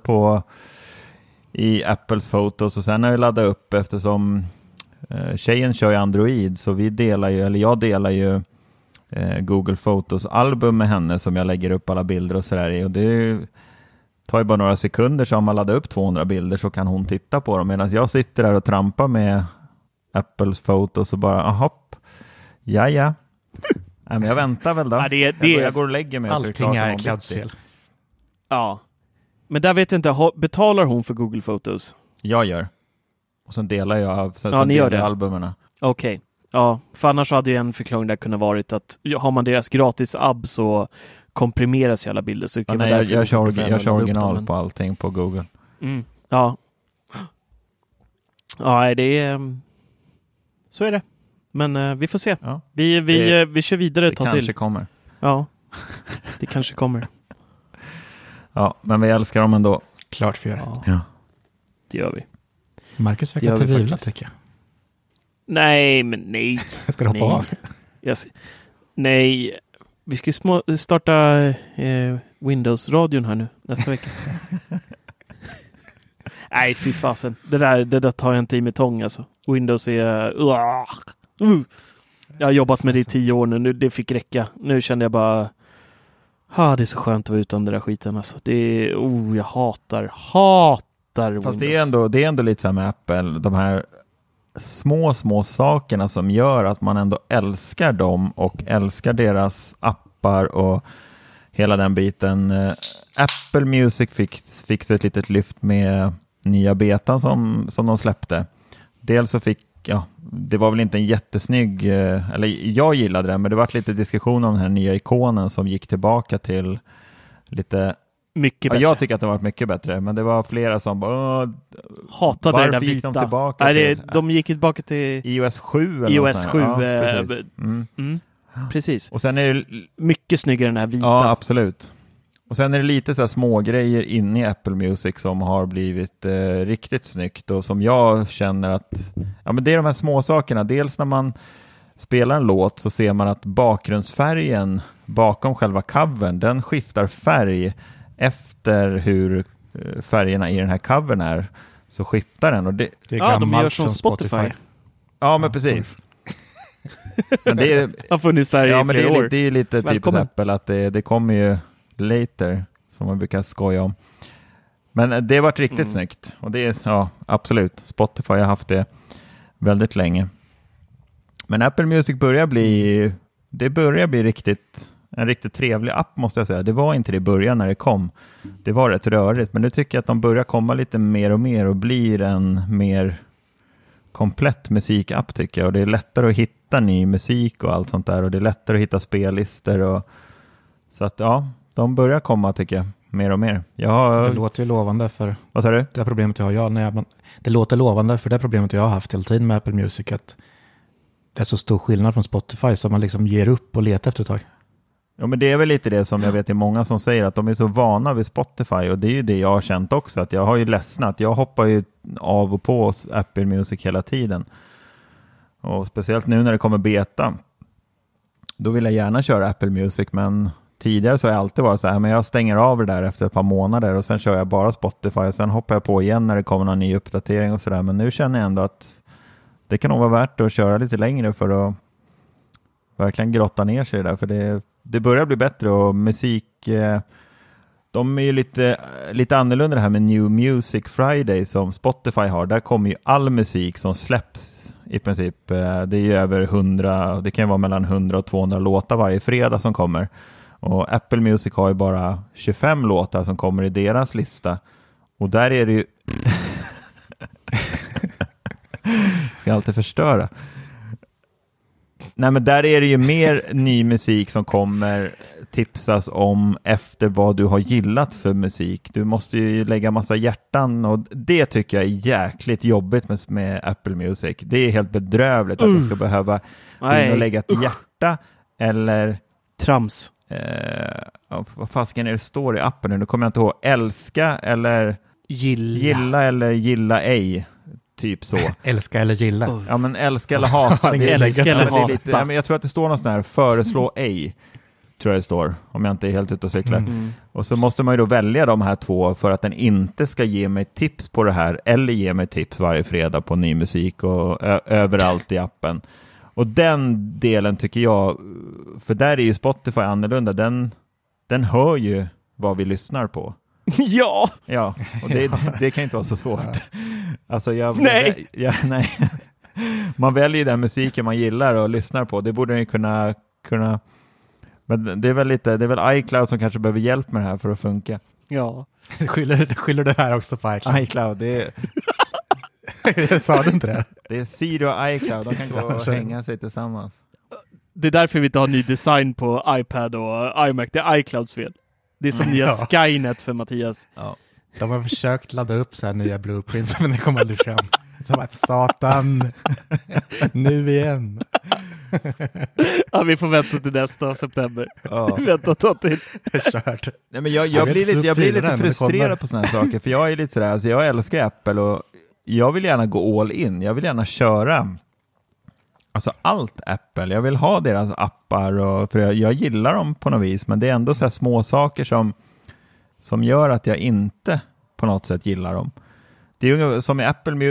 i Apples Photos och sen har jag laddat upp eftersom tjejen kör ju Android så jag delar ju Google Photos-album med henne som jag lägger upp alla bilder och sådär i och det tar ju bara några sekunder så om man laddar upp 200 bilder så kan hon titta på dem medan jag sitter där och trampar med Apples Photos och bara hopp, ja. Nej, men jag väntar väl då. Ja, jag går och lägger mig. Allting är Clouds fel. Ja. Men där vet jag inte, betalar hon för Google Photos? Jag gör. Och sen delar jag ni gör det. albumerna. Okej. Ja, för annars hade ju en förklaring där kunnat varit att har man deras gratis app så komprimeras ju alla bilder. Så kan jag kör original på allting på Google. Ja. Ja, det är... Så är det. Men vi får se. Ja. Vi kör vidare ett tag till. Det kanske kommer. Ja, det kanske kommer. Ja, men vi älskar dem ändå. Klart vi gör. Ja. Det gör vi. Marcus verkar tvivla tycker jag. Nej, men nej. Ska du hoppa av? Yes. Nej, vi ska starta Windows-radion här nu nästa vecka. Nej, fy fasen. Det där tar jag inte i med tång alltså. Windows är... Jag har jobbat med det i 10 år nu. Det fick räcka. Nu kände jag bara... det är så skönt att vara utan den där skiten alltså. Det är... jag hatar Windows. Fast det är ändå lite så här med Apple. De här små sakerna som gör att man ändå älskar dem och älskar deras appar och hela den biten. Apple Music fick ett litet lyft med nya betan som de släppte. Dels så det var väl inte en jättesnygg, eller jag gillade det, men det var lite diskussion om den här nya ikonen som gick tillbaka till lite... Mycket bättre. Jag tycker att det var mycket bättre, men det var flera som hatade det där vita. De tillbaka till, de gick tillbaka till iOS 7 eller iOS 7. Precis. Precis. Och sen är det mycket snyggare den här vita. Ja, absolut. Och sen är det lite så här små grejer inne i Apple Music som har blivit riktigt snyggt och som jag känner att men det är de här små sakerna. Dels när man spelar en låt så ser man att bakgrundsfärgen bakom själva covern, den skiftar färg efter hur färgerna i den här covern är. Så skiftar den. Och det de gör som Spotify. Ja, men precis. Men det har funnits där i flera år. Det är lite typiskt Apple att det kommer ju later, som man brukar skoja om. Men det har varit riktigt snyggt. Och det är, ja, absolut. Spotify har haft det väldigt länge. Men Apple Music börjar bli en riktigt trevlig app, måste jag säga. Det var inte det i början när det kom. Det var rätt rörigt. Men nu tycker jag att de börjar komma lite mer och mer och blir en mer komplett musikapp, tycker jag. Och det är lättare att hitta ny musik och allt sånt där. Och det är lättare att hitta spellistor. Så att ja, de börjar komma, tycker jag. Mer och mer. Det låter ju lovande för... Vad sa du? Det problemet jag har. Det låter lovande för det problemet jag har haft hela tiden med Apple Music. Att det är så stor skillnad från Spotify så man liksom ger upp och letar efter ett tag. Ja, men det är väl lite det som jag vet är många som säger, att de är så vana vid Spotify, och det är ju det jag har känt också, att jag har ju ledsnat. Jag hoppar ju av och på Apple Music hela tiden. Och speciellt nu när det kommer beta, då vill jag gärna köra Apple Music, men tidigare så har jag alltid varit så här, men jag stänger av det där efter ett par månader och sen kör jag bara Spotify och sen hoppar jag på igen när det kommer någon ny uppdatering och sådär. Men nu känner jag ändå att det kan nog vara värt att köra lite längre för att verkligen grotta ner sig där, för det börjar bli bättre. Och musik, de är ju lite annorlunda det här med New Music Friday som Spotify har. Där kommer ju all musik som släpps i princip. Det är ju över 100, det kan vara mellan 100 och 200 låtar varje fredag som kommer. Och Apple Music har ju bara 25 låtar som kommer i deras lista. Och där är det ju... Ska alltid förstöra. Nej, men där är det ju mer ny musik som kommer tipsas om efter vad du har gillat för musik. Du måste ju lägga massa hjärtan, och det tycker jag är jäkligt jobbigt med Apple Music. Det är helt bedrövligt att du ska behöva gå in och lägga ett hjärta eller... Trams. Vad fasiken är det står i appen nu? Nu kommer jag inte ihåg. Älska eller gilla eller gilla ej. Typ så. Älska eller gilla. Ja, men älska eller hata. Älska eller hata. Lite, ja, men jag tror att det står någon sån här föreslå ej. Tror jag det står. Om jag inte är helt ute och cyklar. Och så måste man ju då välja de här två för att den inte ska ge mig tips på det här. Eller ge mig tips varje fredag på ny musik och överallt i appen. Och den delen tycker jag, för där är ju Spotify annorlunda. Den hör ju vad vi lyssnar på. Ja! Ja, och det kan inte vara så svårt. Alltså Nej! Nej. Man väljer den musiken man gillar och lyssnar på. Det borde den ju kunna. Men det är väl iCloud som kanske behöver hjälp med det här för att funka. Ja. Skyller du här också på iCloud? iCloud, det är... Jag sa du inte det? Det är Siri och iCloud, de kan gå och hänga sig tillsammans. Det är därför vi inte har ny design på iPad och iMac. Det är iClouds fel. Det är som nya Skynet för Mattias. Ja. De har försökt ladda upp så här nya blueprints, men det kommer aldrig fram. Som att satan, nu igen. Ja, vi får vänta till nästa september. Ja. Vänta ta till. Kört. Nej, men jag blir lite frustrerad på såna här saker, för jag är lite sådär, alltså jag älskar Apple och jag vill gärna gå all in. Jag vill gärna köra alltså allt Apple. Jag vill ha deras appar, och, för jag gillar dem på något vis, men det är ändå så här små saker som gör att jag inte på något sätt gillar dem. Det är ju som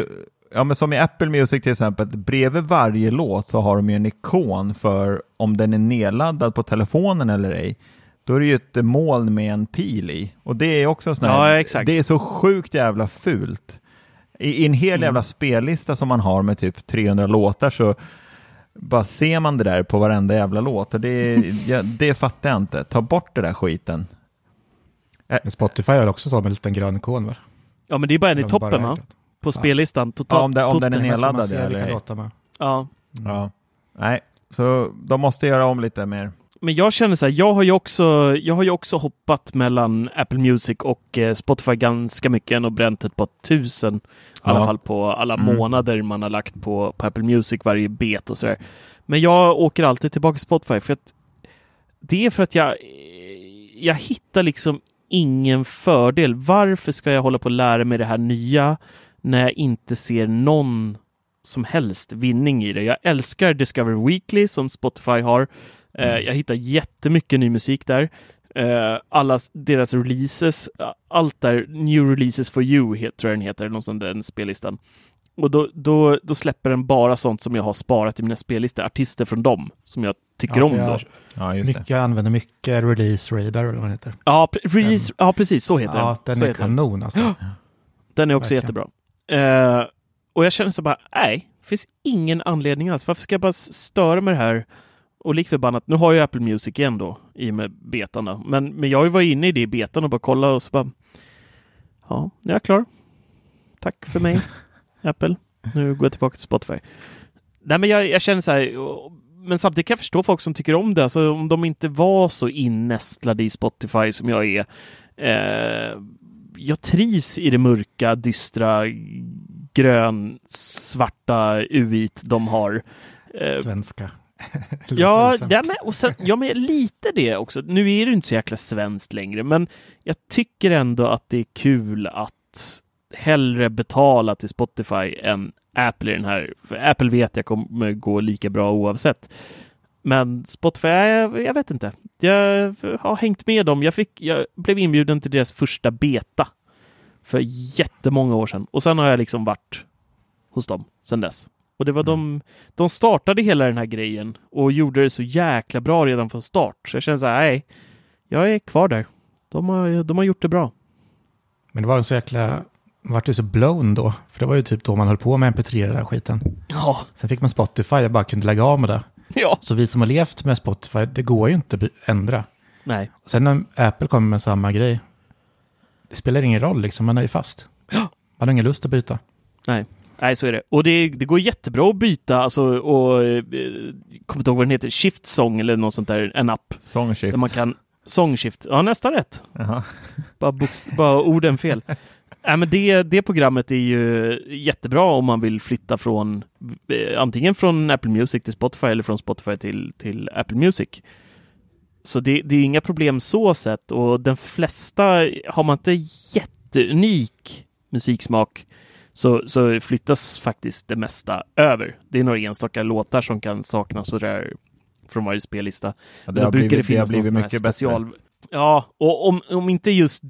i Apple Music till exempel, bredvid varje låt så har de ju en ikon för om den är nedladdad på telefonen eller ej. Då är det ju ett moln med en pil i. Och det är också sån här, exakt. Det är så sjukt jävla fult. I en hel jävla spellista som man har med typ 300 låtar så bara ser man det där på varenda jävla låt. Och det fattar jag inte. Ta bort det där skiten. Spotify har också så med en liten grön ikon, va? Ja, men det är bara en i toppen, va? På spellistan. Totalt. Ja, om den är nedladdad. Ja. Ja. Nej, så de måste göra om lite mer. Men jag känner så här, jag har ju också hoppat mellan Apple Music och Spotify ganska mycket och bränt ett par 1000 i alla fall på alla månader man har lagt på Apple Music varje bet och sådär. Men jag åker alltid tillbaka till Spotify för att det är för att jag hittar liksom ingen fördel. Varför ska jag hålla på och lära mig det här nya när jag inte ser någon som helst vinning i det? Jag älskar Discover Weekly som Spotify har. Jag hittar jättemycket ny musik där. Alla deras releases, allt där, New Releases for You tror jag den heter, någon sån där spellistan. Och då släpper den bara sånt som jag har sparat i mina spellistor. Artister från dem som jag tycker om då. Ja, just det. Jag använder mycket Release Radar eller vad den heter. Ja, precis. Så heter den. Ja, den så är kanon alltså. Den är också Verkligen. jättebra. Och jag känner så bara, nej, det finns ingen anledning alls. Varför ska jag bara störa med det här? Och likförbannat, nu har jag Apple Music igen då, i och med betan då. Men jag var inne i det i betan och bara kolla och så bara, ja, jag är klar. Tack för mig, Apple. Nu går jag tillbaka till Spotify. Nej, men jag känner så här, men samtidigt kan jag förstå folk som tycker om det. Alltså om de inte var så innästlade i Spotify som jag är. Jag trivs i det mörka, dystra, grön-svarta UIt de har. Svenska. Ja, men lite det också. Nu är det inte så jäkla svenskt längre, men jag tycker ändå att det är kul att hellre betala till Spotify än Apple i den här. För Apple vet jag kommer gå lika bra oavsett. Men Spotify, jag vet inte. Jag har hängt med dem. Jag blev inbjuden till deras första beta för jättemånga år sedan. Och sen har jag liksom varit hos dem sen dess. Och det var de startade hela den här grejen och gjorde det så jäkla bra redan från start. Så jag känner så här, nej, jag är kvar där. De har gjort det bra. Men det var så jäkla, vart ju så blown då. För det var ju typ då man höll på med MP3 den där skiten. Ja. Sen fick man Spotify, jag bara kunde lägga av med det. Ja. Så vi som har levt med Spotify, det går ju inte att ändra. Nej. Och sen när Apple kommer med samma grej, det spelar ingen roll liksom, man är ju fast. Ja. Man har ingen lust att byta. Nej, så är det. Och det går jättebra att byta, alltså, och kommer inte ihåg vad den heter, Shift Song eller något sånt där, en app. Songshift. Där man kan, Songshift, ja nästan rätt. Jaha. Bara orden fel. Men det programmet är ju jättebra om man vill flytta från antingen från Apple Music till Spotify eller från Spotify till Apple Music. Så det är inga problem så sett, och den flesta har man inte jätteunik musiksmak så flyttas faktiskt det mesta över. Det är några enstaka låtar som kan saknas så där från varje spellista. Ja, det har blivit mycket special. bättre. Ja, och om inte just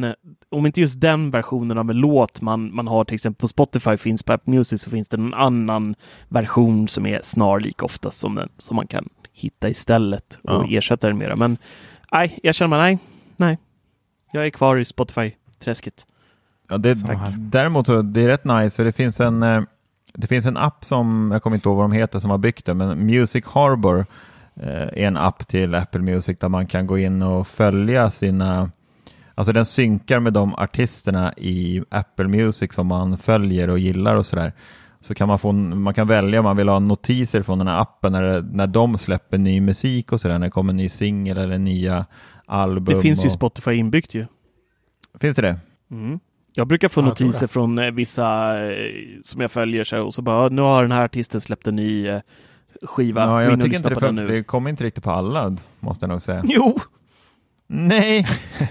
den versionen av en låt man har till exempel på Spotify finns på Apple Music, så finns det en annan version som är snarlik ofta som man kan hitta istället och ersätta den mera. Men nej, jag känner nej. Jag är kvar i Spotify-träsket. Ja, däremot så det är rätt nice, för det finns en app som, jag kommer inte ihåg vad de heter som har byggt det, men Music Harbor är en app till Apple Music där man kan gå in och följa alltså den synkar med de artisterna i Apple Music som man följer och gillar och sådär. Så kan man kan välja om man vill ha notiser från den här appen när de släpper ny musik och sådär, när det kommer en ny singel eller nya album. Det finns ju Spotify inbyggt ju. Finns det? Mm. Jag brukar få notiser från vissa som jag följer så, och så bara, nu har den här artisten släppt en ny skiva. Ja, jag tycker inte det kommer inte riktigt på alla, måste jag nog säga. Jo! Nej!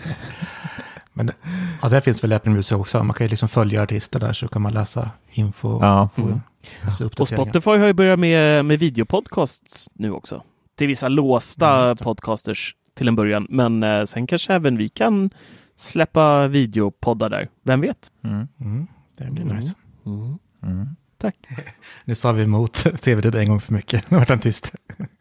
Men det finns väl Apple Music också. Man kan ju liksom följa artister där, så kan man läsa info. Ja. Och Spotify har ju börjat med videopodcasts nu också. Till vissa låsta podcasters till en början. Men sen kanske även vi kan släppa videopoddar där. Vem vet? Det blir nice. Tack. Nu sa vi emot CV en gång för mycket. Nu vart han tyst.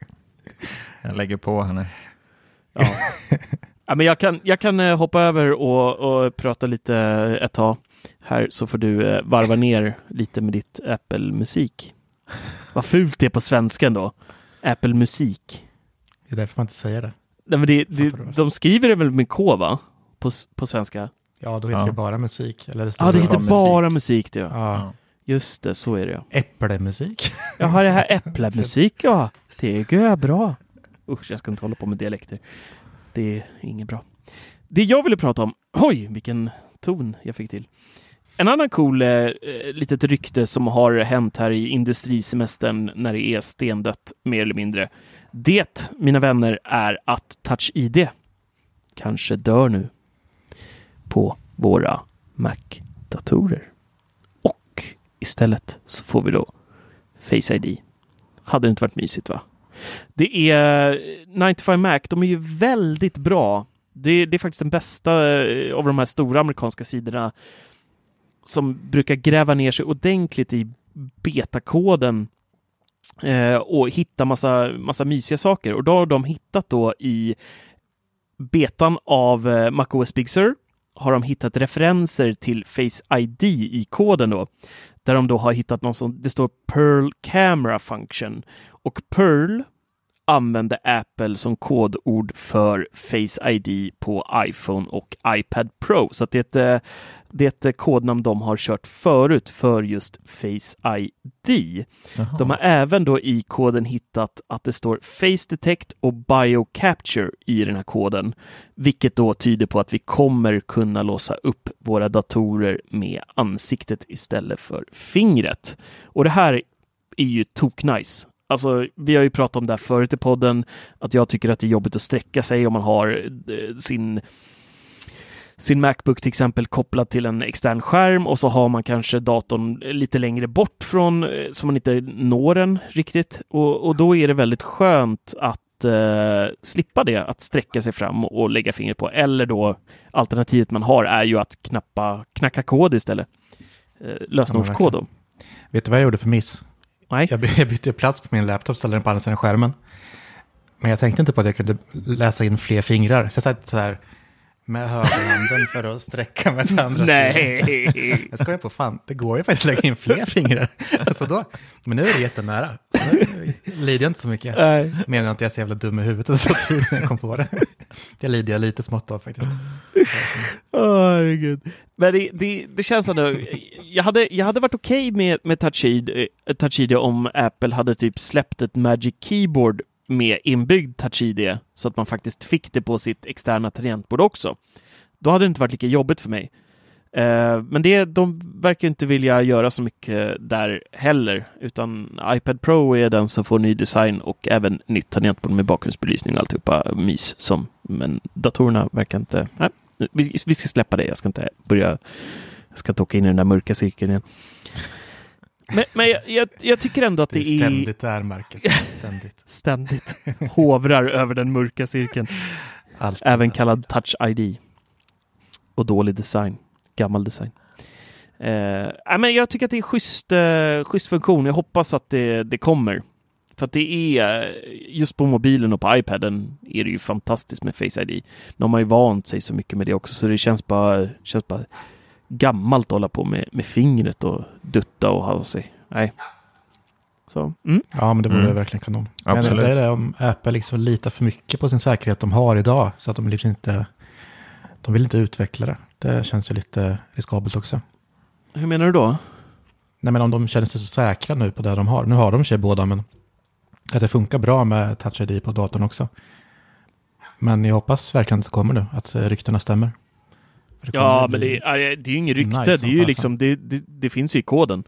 Jag lägger på henne. Ja. Ja, men jag kan hoppa över och prata lite ett tag här, så får du varva ner lite med ditt Apple Musik. Vad fult det är på svenskan då. Apple Musik. Det är därför man inte säger det. Nej, men de skriver det väl med K, va? På svenska. Ja, då heter det bara musik. Eller det heter bara musik det. Ja. Just det, så är det. Äpplemusik. Jag har det här äpplemusik, ja. Det går bra. Usch, jag ska inte hålla på med dialekter. Det är inget bra. Det jag ville prata om, oj, vilken ton jag fick till. En annan cool litet rykte som har hänt här i industrisemestern när det är stendött, mer eller mindre. Det, mina vänner, är att Touch ID kanske dör nu på våra Mac-datorer. Och istället så får vi då Face ID. Hade det inte varit mysigt, va? Det är 95 Mac, de är ju väldigt bra. Det är faktiskt den bästa av de här stora amerikanska sidorna. som brukar gräva ner sig ordentligt i betakoden och hitta massa mysiga saker. Och då har de hittat då i betan av macOS Big Sur har de hittat referenser till Face ID i koden då. Där de då har hittat någon som det står Pearl Camera Function. Och Pearl använde Apple som kodord för Face ID på iPhone och iPad Pro. Så att det är ett kodnamn de har kört förut för just Face ID. Jaha. De har även då i koden hittat att det står Face Detect och BioCapture i den här koden. Vilket då tyder på att vi kommer kunna låsa upp våra datorer med ansiktet istället för fingret. Och det här är ju toknice. Alltså, vi har ju pratat om det här förut i podden, att jag tycker att det är jobbigt att sträcka sig om man har sin MacBook till exempel kopplad till en extern skärm och så har man kanske datorn lite längre bort från så man inte når den riktigt. Och då är det väldigt skönt att slippa det, att sträcka sig fram och lägga fingret på. Eller då alternativet man har är ju att knacka kod istället. Lösenordskod då. Vet du vad jag gjorde för miss? Nej. Jag bytte plats på min laptop, ställde den på andra sidan skärmen. Men jag tänkte inte på att jag kunde läsa in fler fingrar. Så jag satt så här med högerhanden för att sträcka med till andra. Nej. Jag skojar på, fan. Det går ju faktiskt att lägga in fler fingrar. Alltså då, men nu är det jättenära. Så nu lider jag inte så mycket. Mer än att jag är så jävla dum i huvudet så tid när jag kom på det. Det lider jag lite smått av faktiskt. Herregud. Men det känns ändå... Jag hade varit okej med Touch ID om Apple hade typ släppt ett Magic Keyboard med inbyggd Touch ID så att man faktiskt fick det på sitt externa tangentbord också. Då hade det inte varit lika jobbigt för mig. Men de verkar inte vilja göra så mycket där heller, utan iPad Pro är den som får ny design och även nytt tangentbord med bakgrundsbelysning och alltihopa mys men datorerna verkar inte... Nej, vi ska släppa det. Jag ska inte åka in i den där mörka cirkeln igen. Men jag tycker ändå att det är... Ständigt där, Marcus. Ständigt. Hovrar över den mörka cirkeln. Även kallad Touch ID. Och dålig design. Gammal design. Men jag tycker att det är schysst funktion. Jag hoppas att det kommer. För att det är... Just på mobilen och på iPaden är det ju fantastiskt med Face ID. Nu har man ju vant sig så mycket med det också. Så det känns bara gammalt att hålla på med fingret och dutta och ha sig. Nej. Så, Ja, men det vore verkligen kanon. Absolut. Men det är det om Apple liksom litar för mycket på sin säkerhet de har idag. Så att de vill inte utveckla det. Det känns ju lite riskabelt också. Hur menar du då? Nej, men om de känner sig så säkra nu på det de har. Nu har de sig båda, men att det funkar bra med Touch ID på datorn också. Men jag hoppas verkligen att det kommer nu. Att ryktena stämmer. Ja, men det är ju ingen rykte. Nice, det är ju liksom, det finns ju i koden.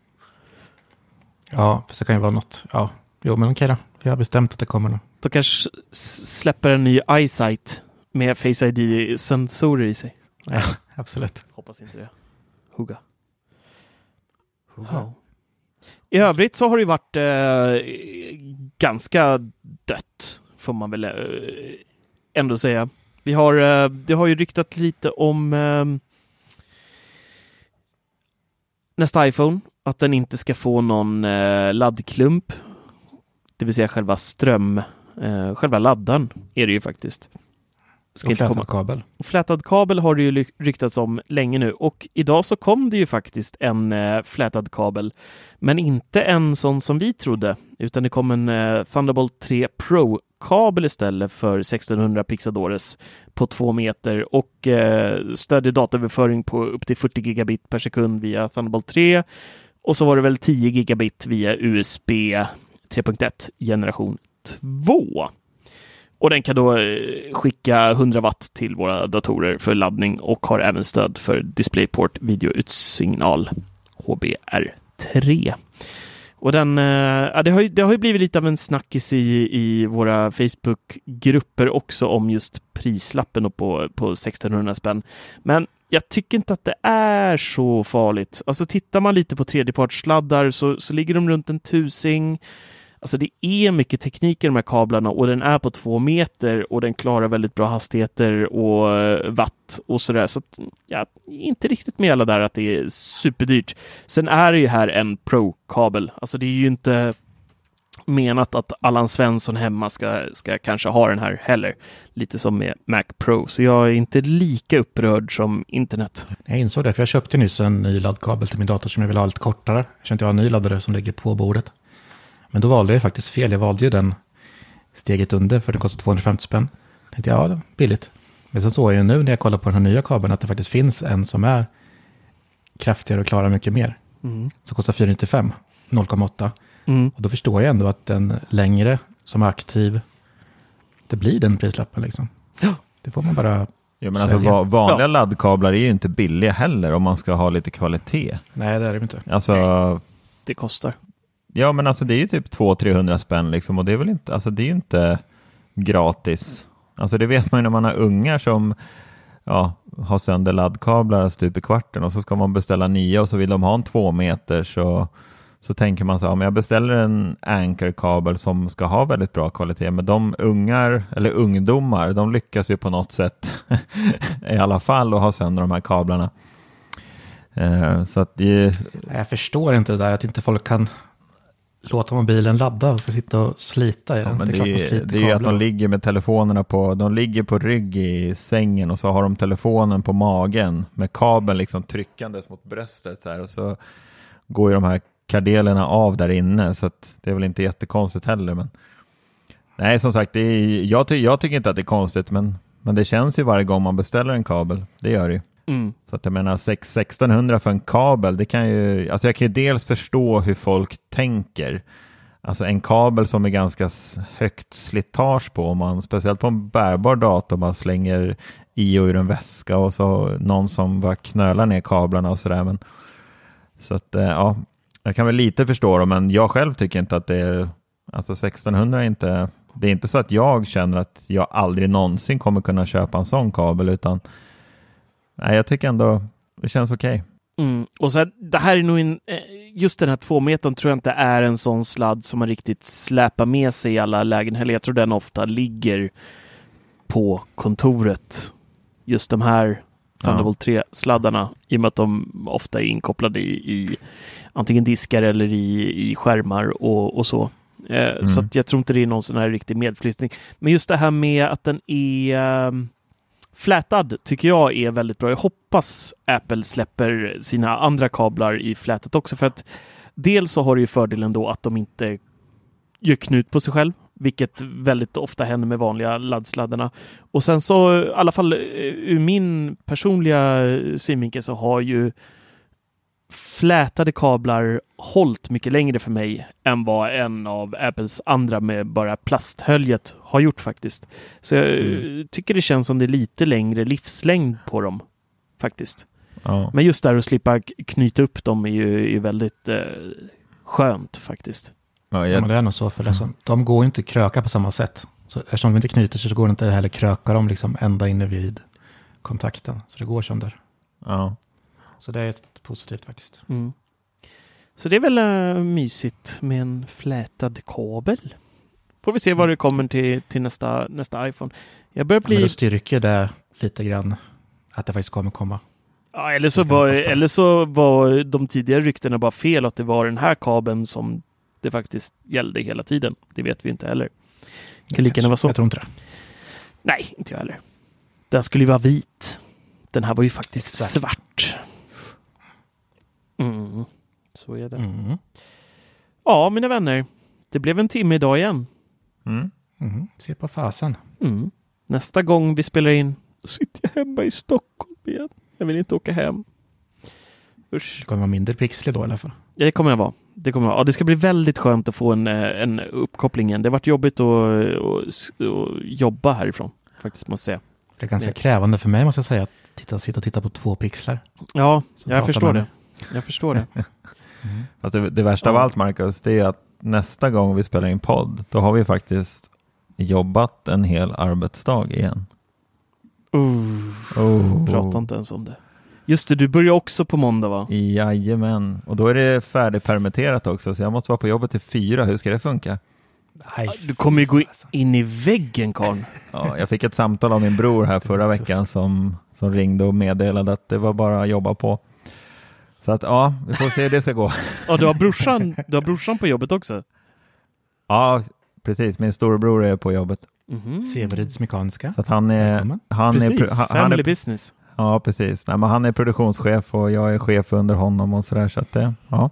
Ja, för det kan ju vara något. Ja, jo, men okej då. Vi har bestämt att det kommer nu. De kanske släpper en ny iSight med Face ID-sensorer i sig. Ja, absolut. Hoppas inte det. Hugga. Ja. I övrigt så har det ju varit ganska dött, får man väl ändå säga. Det har ju ryktat lite om nästa iPhone, att den inte ska få någon laddklump. Det vill säga själva laddaren är det ju faktiskt. Ska och flätad kabel. Och flätad kabel har det ju ryktats om länge nu. Och idag så kom det ju faktiskt en flätad kabel. Men inte en sån som vi trodde. Utan det kom en Thunderbolt 3 Pro-kabel istället för 1600 pixadores på 2 meter. Och stödjer datoröverföring på upp till 40 gigabit per sekund via Thunderbolt 3. Och så var det väl 10 gigabit via USB 3.1 generation 2. Och den kan då skicka 100 watt till våra datorer för laddning och har även stöd för DisplayPort videoutsignal HBR3. Och den, det har ju blivit lite av en snackis i våra Facebook-grupper också om just prislappen och på 1600 spänn. Men jag tycker inte att det är så farligt. Alltså tittar man lite på tredjepartssladdar så ligger de runt 1000. alltså det är mycket teknik i de här kablarna och den är på 2 meter och den klarar väldigt bra hastigheter och watt och sådär. Så att, ja, inte riktigt med alla där att det är superdyrt. Sen är det ju här en Pro-kabel. Alltså det är ju inte menat att Allan Svensson hemma ska kanske ha den här heller. Lite som med Mac Pro. Så jag är inte lika upprörd som internet. Jag insåg det, för jag köpte nyss en ny laddkabel till min dator som jag vill ha lite kortare. Jag kände att jag har en ny laddare som ligger på bordet. Men då valde jag faktiskt fel. Jag valde ju den steget under, för den kostar 250 spänn. Jag tänkte, ja, det är billigt. Men sen såg jag ju nu när jag kollar på den här nya kabeln att det faktiskt finns en som är kraftigare och klarar mycket mer. Som kostar 495, 0,8. Och då förstår jag ändå att den längre som är aktiv, det blir den prislappen liksom. Ja. Det får man bara... Ja, men alltså vanliga laddkablar är ju inte billiga heller om man ska ha lite kvalitet. Nej, det är det inte. Alltså, det kostar. Ja, men alltså det är ju typ 200-300 spänn liksom, och det är väl inte, alltså det är ju inte gratis. Alltså det vet man ju när man har ungar som har sönder laddkablar stup i kvarten och så ska man beställa nya och så vill de ha en 2 meter så tänker man så här, men jag beställer en Anker-kabel som ska ha väldigt bra kvalitet, men de ungdomar, de lyckas ju på något sätt i alla fall att ha sönder de här kablarna. Så att jag förstår inte det där att inte folk kan låta mobilen ladda och sitta och slita i den. Men det är ju att de ligger med telefonerna de ligger på rygg i sängen och så har de telefonen på magen med kabeln liksom tryckandes mot bröstet så här, och så går ju de här kardelerna av där inne, så att det är väl inte jättekonstigt heller, men nej, som sagt, jag tycker inte att det är konstigt, men det känns ju varje gång man beställer en kabel, det gör det ju. Så att jag menar 1600 för en kabel, det kan ju, alltså jag kan ju dels förstå hur folk tänker. Alltså en kabel som är ganska högt slitage på, om man, speciellt på en bärbar dator, man slänger i och ur en väska och så någon som bara knölar ner kablarna och sådär, men så att ja, jag kan väl lite förstå det, men jag själv tycker inte att det är, alltså 1600 är inte, det är inte så att jag känner att jag aldrig någonsin kommer kunna köpa en sån kabel, utan nej, jag tycker ändå det känns okej. Och så det här är nog just den här 2 metern tror jag inte är en sån sladd som man riktigt släpar med sig i alla lägen heller. Jag tror den ofta ligger på kontoret. Just de här Thunderbolt 3-sladdarna, i och med att de ofta är inkopplade i antingen diskar eller i skärmar och så. Så att jag tror inte det är någon sån här riktig medflyttning. Men just det här med att den är flätad tycker jag är väldigt bra. Jag hoppas Apple släpper sina andra kablar i flätat också, för att dels så har det ju fördelen då att de inte gör knut på sig själv, vilket väldigt ofta händer med vanliga laddsladdarna. Och sen så, i alla fall ur min personliga synvinkel, så har ju flätade kablar hållit mycket längre för mig än vad en av Apples andra med bara plasthöljet har gjort faktiskt. Så jag tycker det känns som det är lite längre livslängd på dem faktiskt. Ja. Men just där att slippa knyta upp dem är ju väldigt skönt faktiskt. Ja, men det är nog så, för de går inte kröka på samma sätt. Så eftersom de inte knyter sig så går det inte heller kröka dem liksom ända inne vid kontakten. Så det går sönder. Ja. Så det är positivt faktiskt. Så det är väl mysigt med en flätad kabel. Får vi se vad det kommer till nästa iPhone. Jag börjar bli... Men då styrker det lite grann att det faktiskt kommer komma. Ja, eller så var de tidigare ryktena bara fel, att det var den här kabeln som det faktiskt gällde hela tiden. Det vet vi inte heller. Det kan lika gärna vara så. Jag tror inte det. Nej, inte jag heller. Den skulle ju vara vit. Den här var ju faktiskt svart. Så är det. Ja, mina vänner. Det blev en timme idag igen. Se på fasen. Nästa gång vi spelar in sitter jag hemma i Stockholm igen. Jag vill inte åka hem. Usch. Det kommer vara mindre pixlig då i alla fall. Ja, det kommer jag vara. Ja, det ska bli väldigt skönt att få en uppkoppling igen. Det har varit jobbigt att jobba härifrån, faktiskt, måste jag säga. Det är ganska krävande för mig, måste jag säga, att sitta och titta på 2 pixlar. Ja, jag förstår det. Jag förstår det. Fast det värsta av allt, Marcus, det är att nästa gång vi spelar in podd, då har vi faktiskt jobbat en hel arbetsdag igen. Prata inte ens om det. Just det, du börjar också på måndag, va? Jajamän. Och då är det färdigpermitterat också, så jag måste vara på jobbet till 4. Hur ska det funka? Nej, Du kommer ju gå in i väggen, Karl. Ja, jag fick ett samtal av min bror här förra veckan som ringde och meddelade att det var bara att jobba på. Så att ja, vi får se hur det ska gå. Ja, du har brorsan på jobbet också? Ja, precis. Min storebror är på jobbet. Severyds Mekaniska. Så att han är family business. Ja, precis. Nej, men han är produktionschef och jag är chef under honom och sådär. Så att det, ja.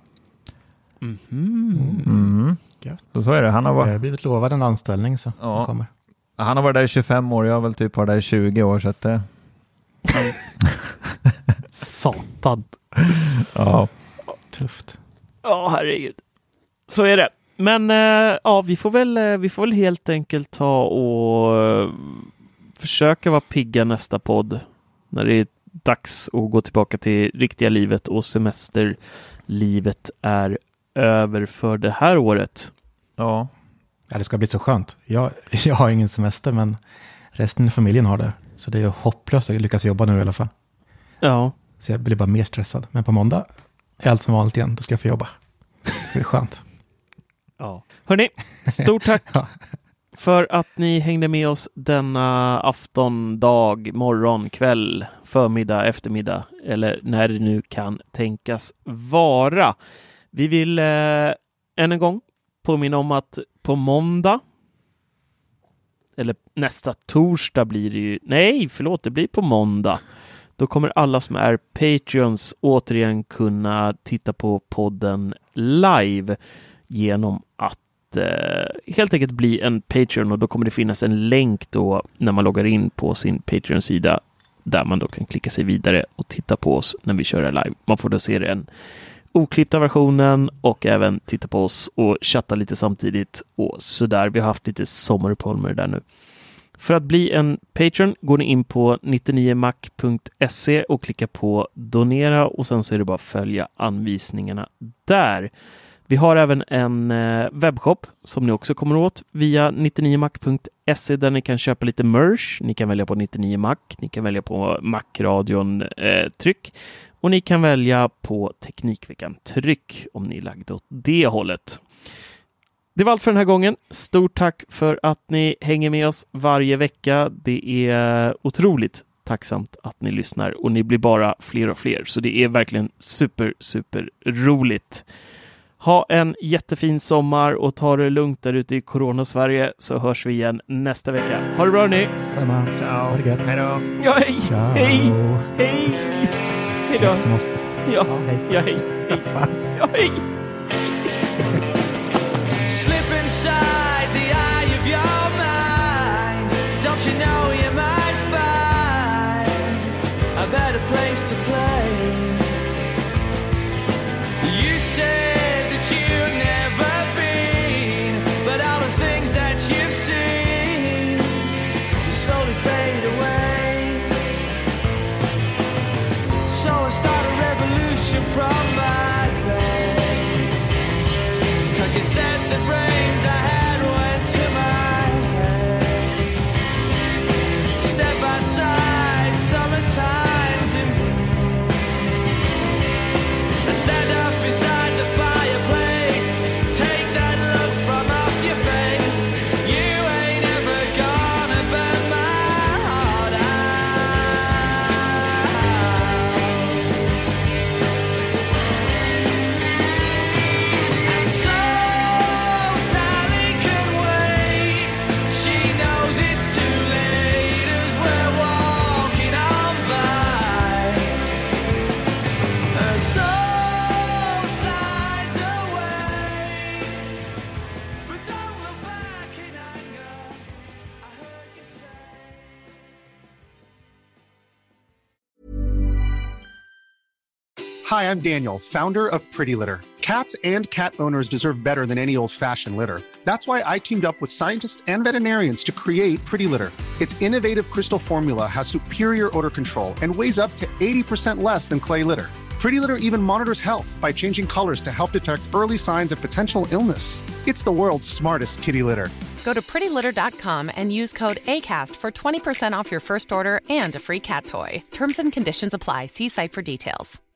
Så är det. Han har blivit lovad en anställning så ja. Kommer. Han har varit där i 25 år. Jag har väl typ varit där i 20 år. Så att det... Satan. Ja. Tufft. Ja, herregud. Så är det. Men ja, vi får väl helt enkelt ta och försöka vara pigga nästa podd. När det är dags att gå tillbaka till riktiga livet och semesterlivet är över för det här året. Ja, det ska bli så skönt. Jag har ingen semester, men resten av familjen har det. Så det är hopplöst att lyckas jobba nu i alla fall. Ja. Så jag blir bara mer stressad. Men på måndag är allt som vanligt igen. Då ska jag få jobba. Det ska bli skönt. Ja. Hörrni, stort tack för att ni hängde med oss denna afton, dag, morgon, kväll, förmiddag, eftermiddag eller när det nu kan tänkas vara. Vi vill än en gång påminna om att på måndag eller nästa torsdag blir det ju, det blir på måndag. Då kommer alla som är Patreons återigen kunna titta på podden live genom att helt enkelt bli en Patreon, och då kommer det finnas en länk då när man loggar in på sin Patreon-sida där man då kan klicka sig vidare och titta på oss när vi kör live. Man får då se den oklippta versionen och även titta på oss och chatta lite samtidigt och sådär. Vi har haft lite sommaruppehåll med det där nu. För att bli en Patreon går ni in på 99mac.se och klicka på donera, och sen så är det bara att följa anvisningarna där. Vi har även en webbshop som ni också kommer åt via 99mac.se där ni kan köpa lite merch. Ni kan välja på 99mac, ni kan välja på Mac-radion tryck och ni kan välja på Teknikveckan tryck om ni är lagda åt det hållet. Det var allt för den här gången. Stort tack för att ni hänger med oss varje vecka. Det är otroligt tacksamt att ni lyssnar och ni blir bara fler och fler. Så det är verkligen super roligt. Ha en jättefin sommar och ta det lugnt där ute i Corona-Sverige, så hörs vi igen nästa vecka. Ha det bra ni! Samma. Ciao. Ha det gött. Hej då! Ja, hej! Ciao. Hej! Hej! Hej då! Ja, hej. Ja, hej! Hej! Ja, hej! Slip inside the eye of your mind. Don't you know you might find a better place to play? You said that you've never been, but all the things that you've seen slowly fade away. So I start a revolution from my bed, 'cause you said the brains I had went to my head. Step outside, summertime's in bloom. I stand up beside the fireplace, take that look from off your face. You ain't ever gonna burn my heart out. And so Sally can wait. She knows it's too late as we're walking on by. Her soul slides away, but don't look back in anger. I heard you say. Hi, I'm Daniel, founder of Pretty Litter. Cats and cat owners deserve better than any old-fashioned litter. That's why I teamed up with scientists and veterinarians to create Pretty Litter. Its innovative crystal formula has superior odor control and weighs up to 80% less than clay litter. Pretty Litter even monitors health by changing colors to help detect early signs of potential illness. It's the world's smartest kitty litter. Go to prettylitter.com and use code ACAST for 20% off your first order and a free cat toy. Terms and conditions apply. See site for details.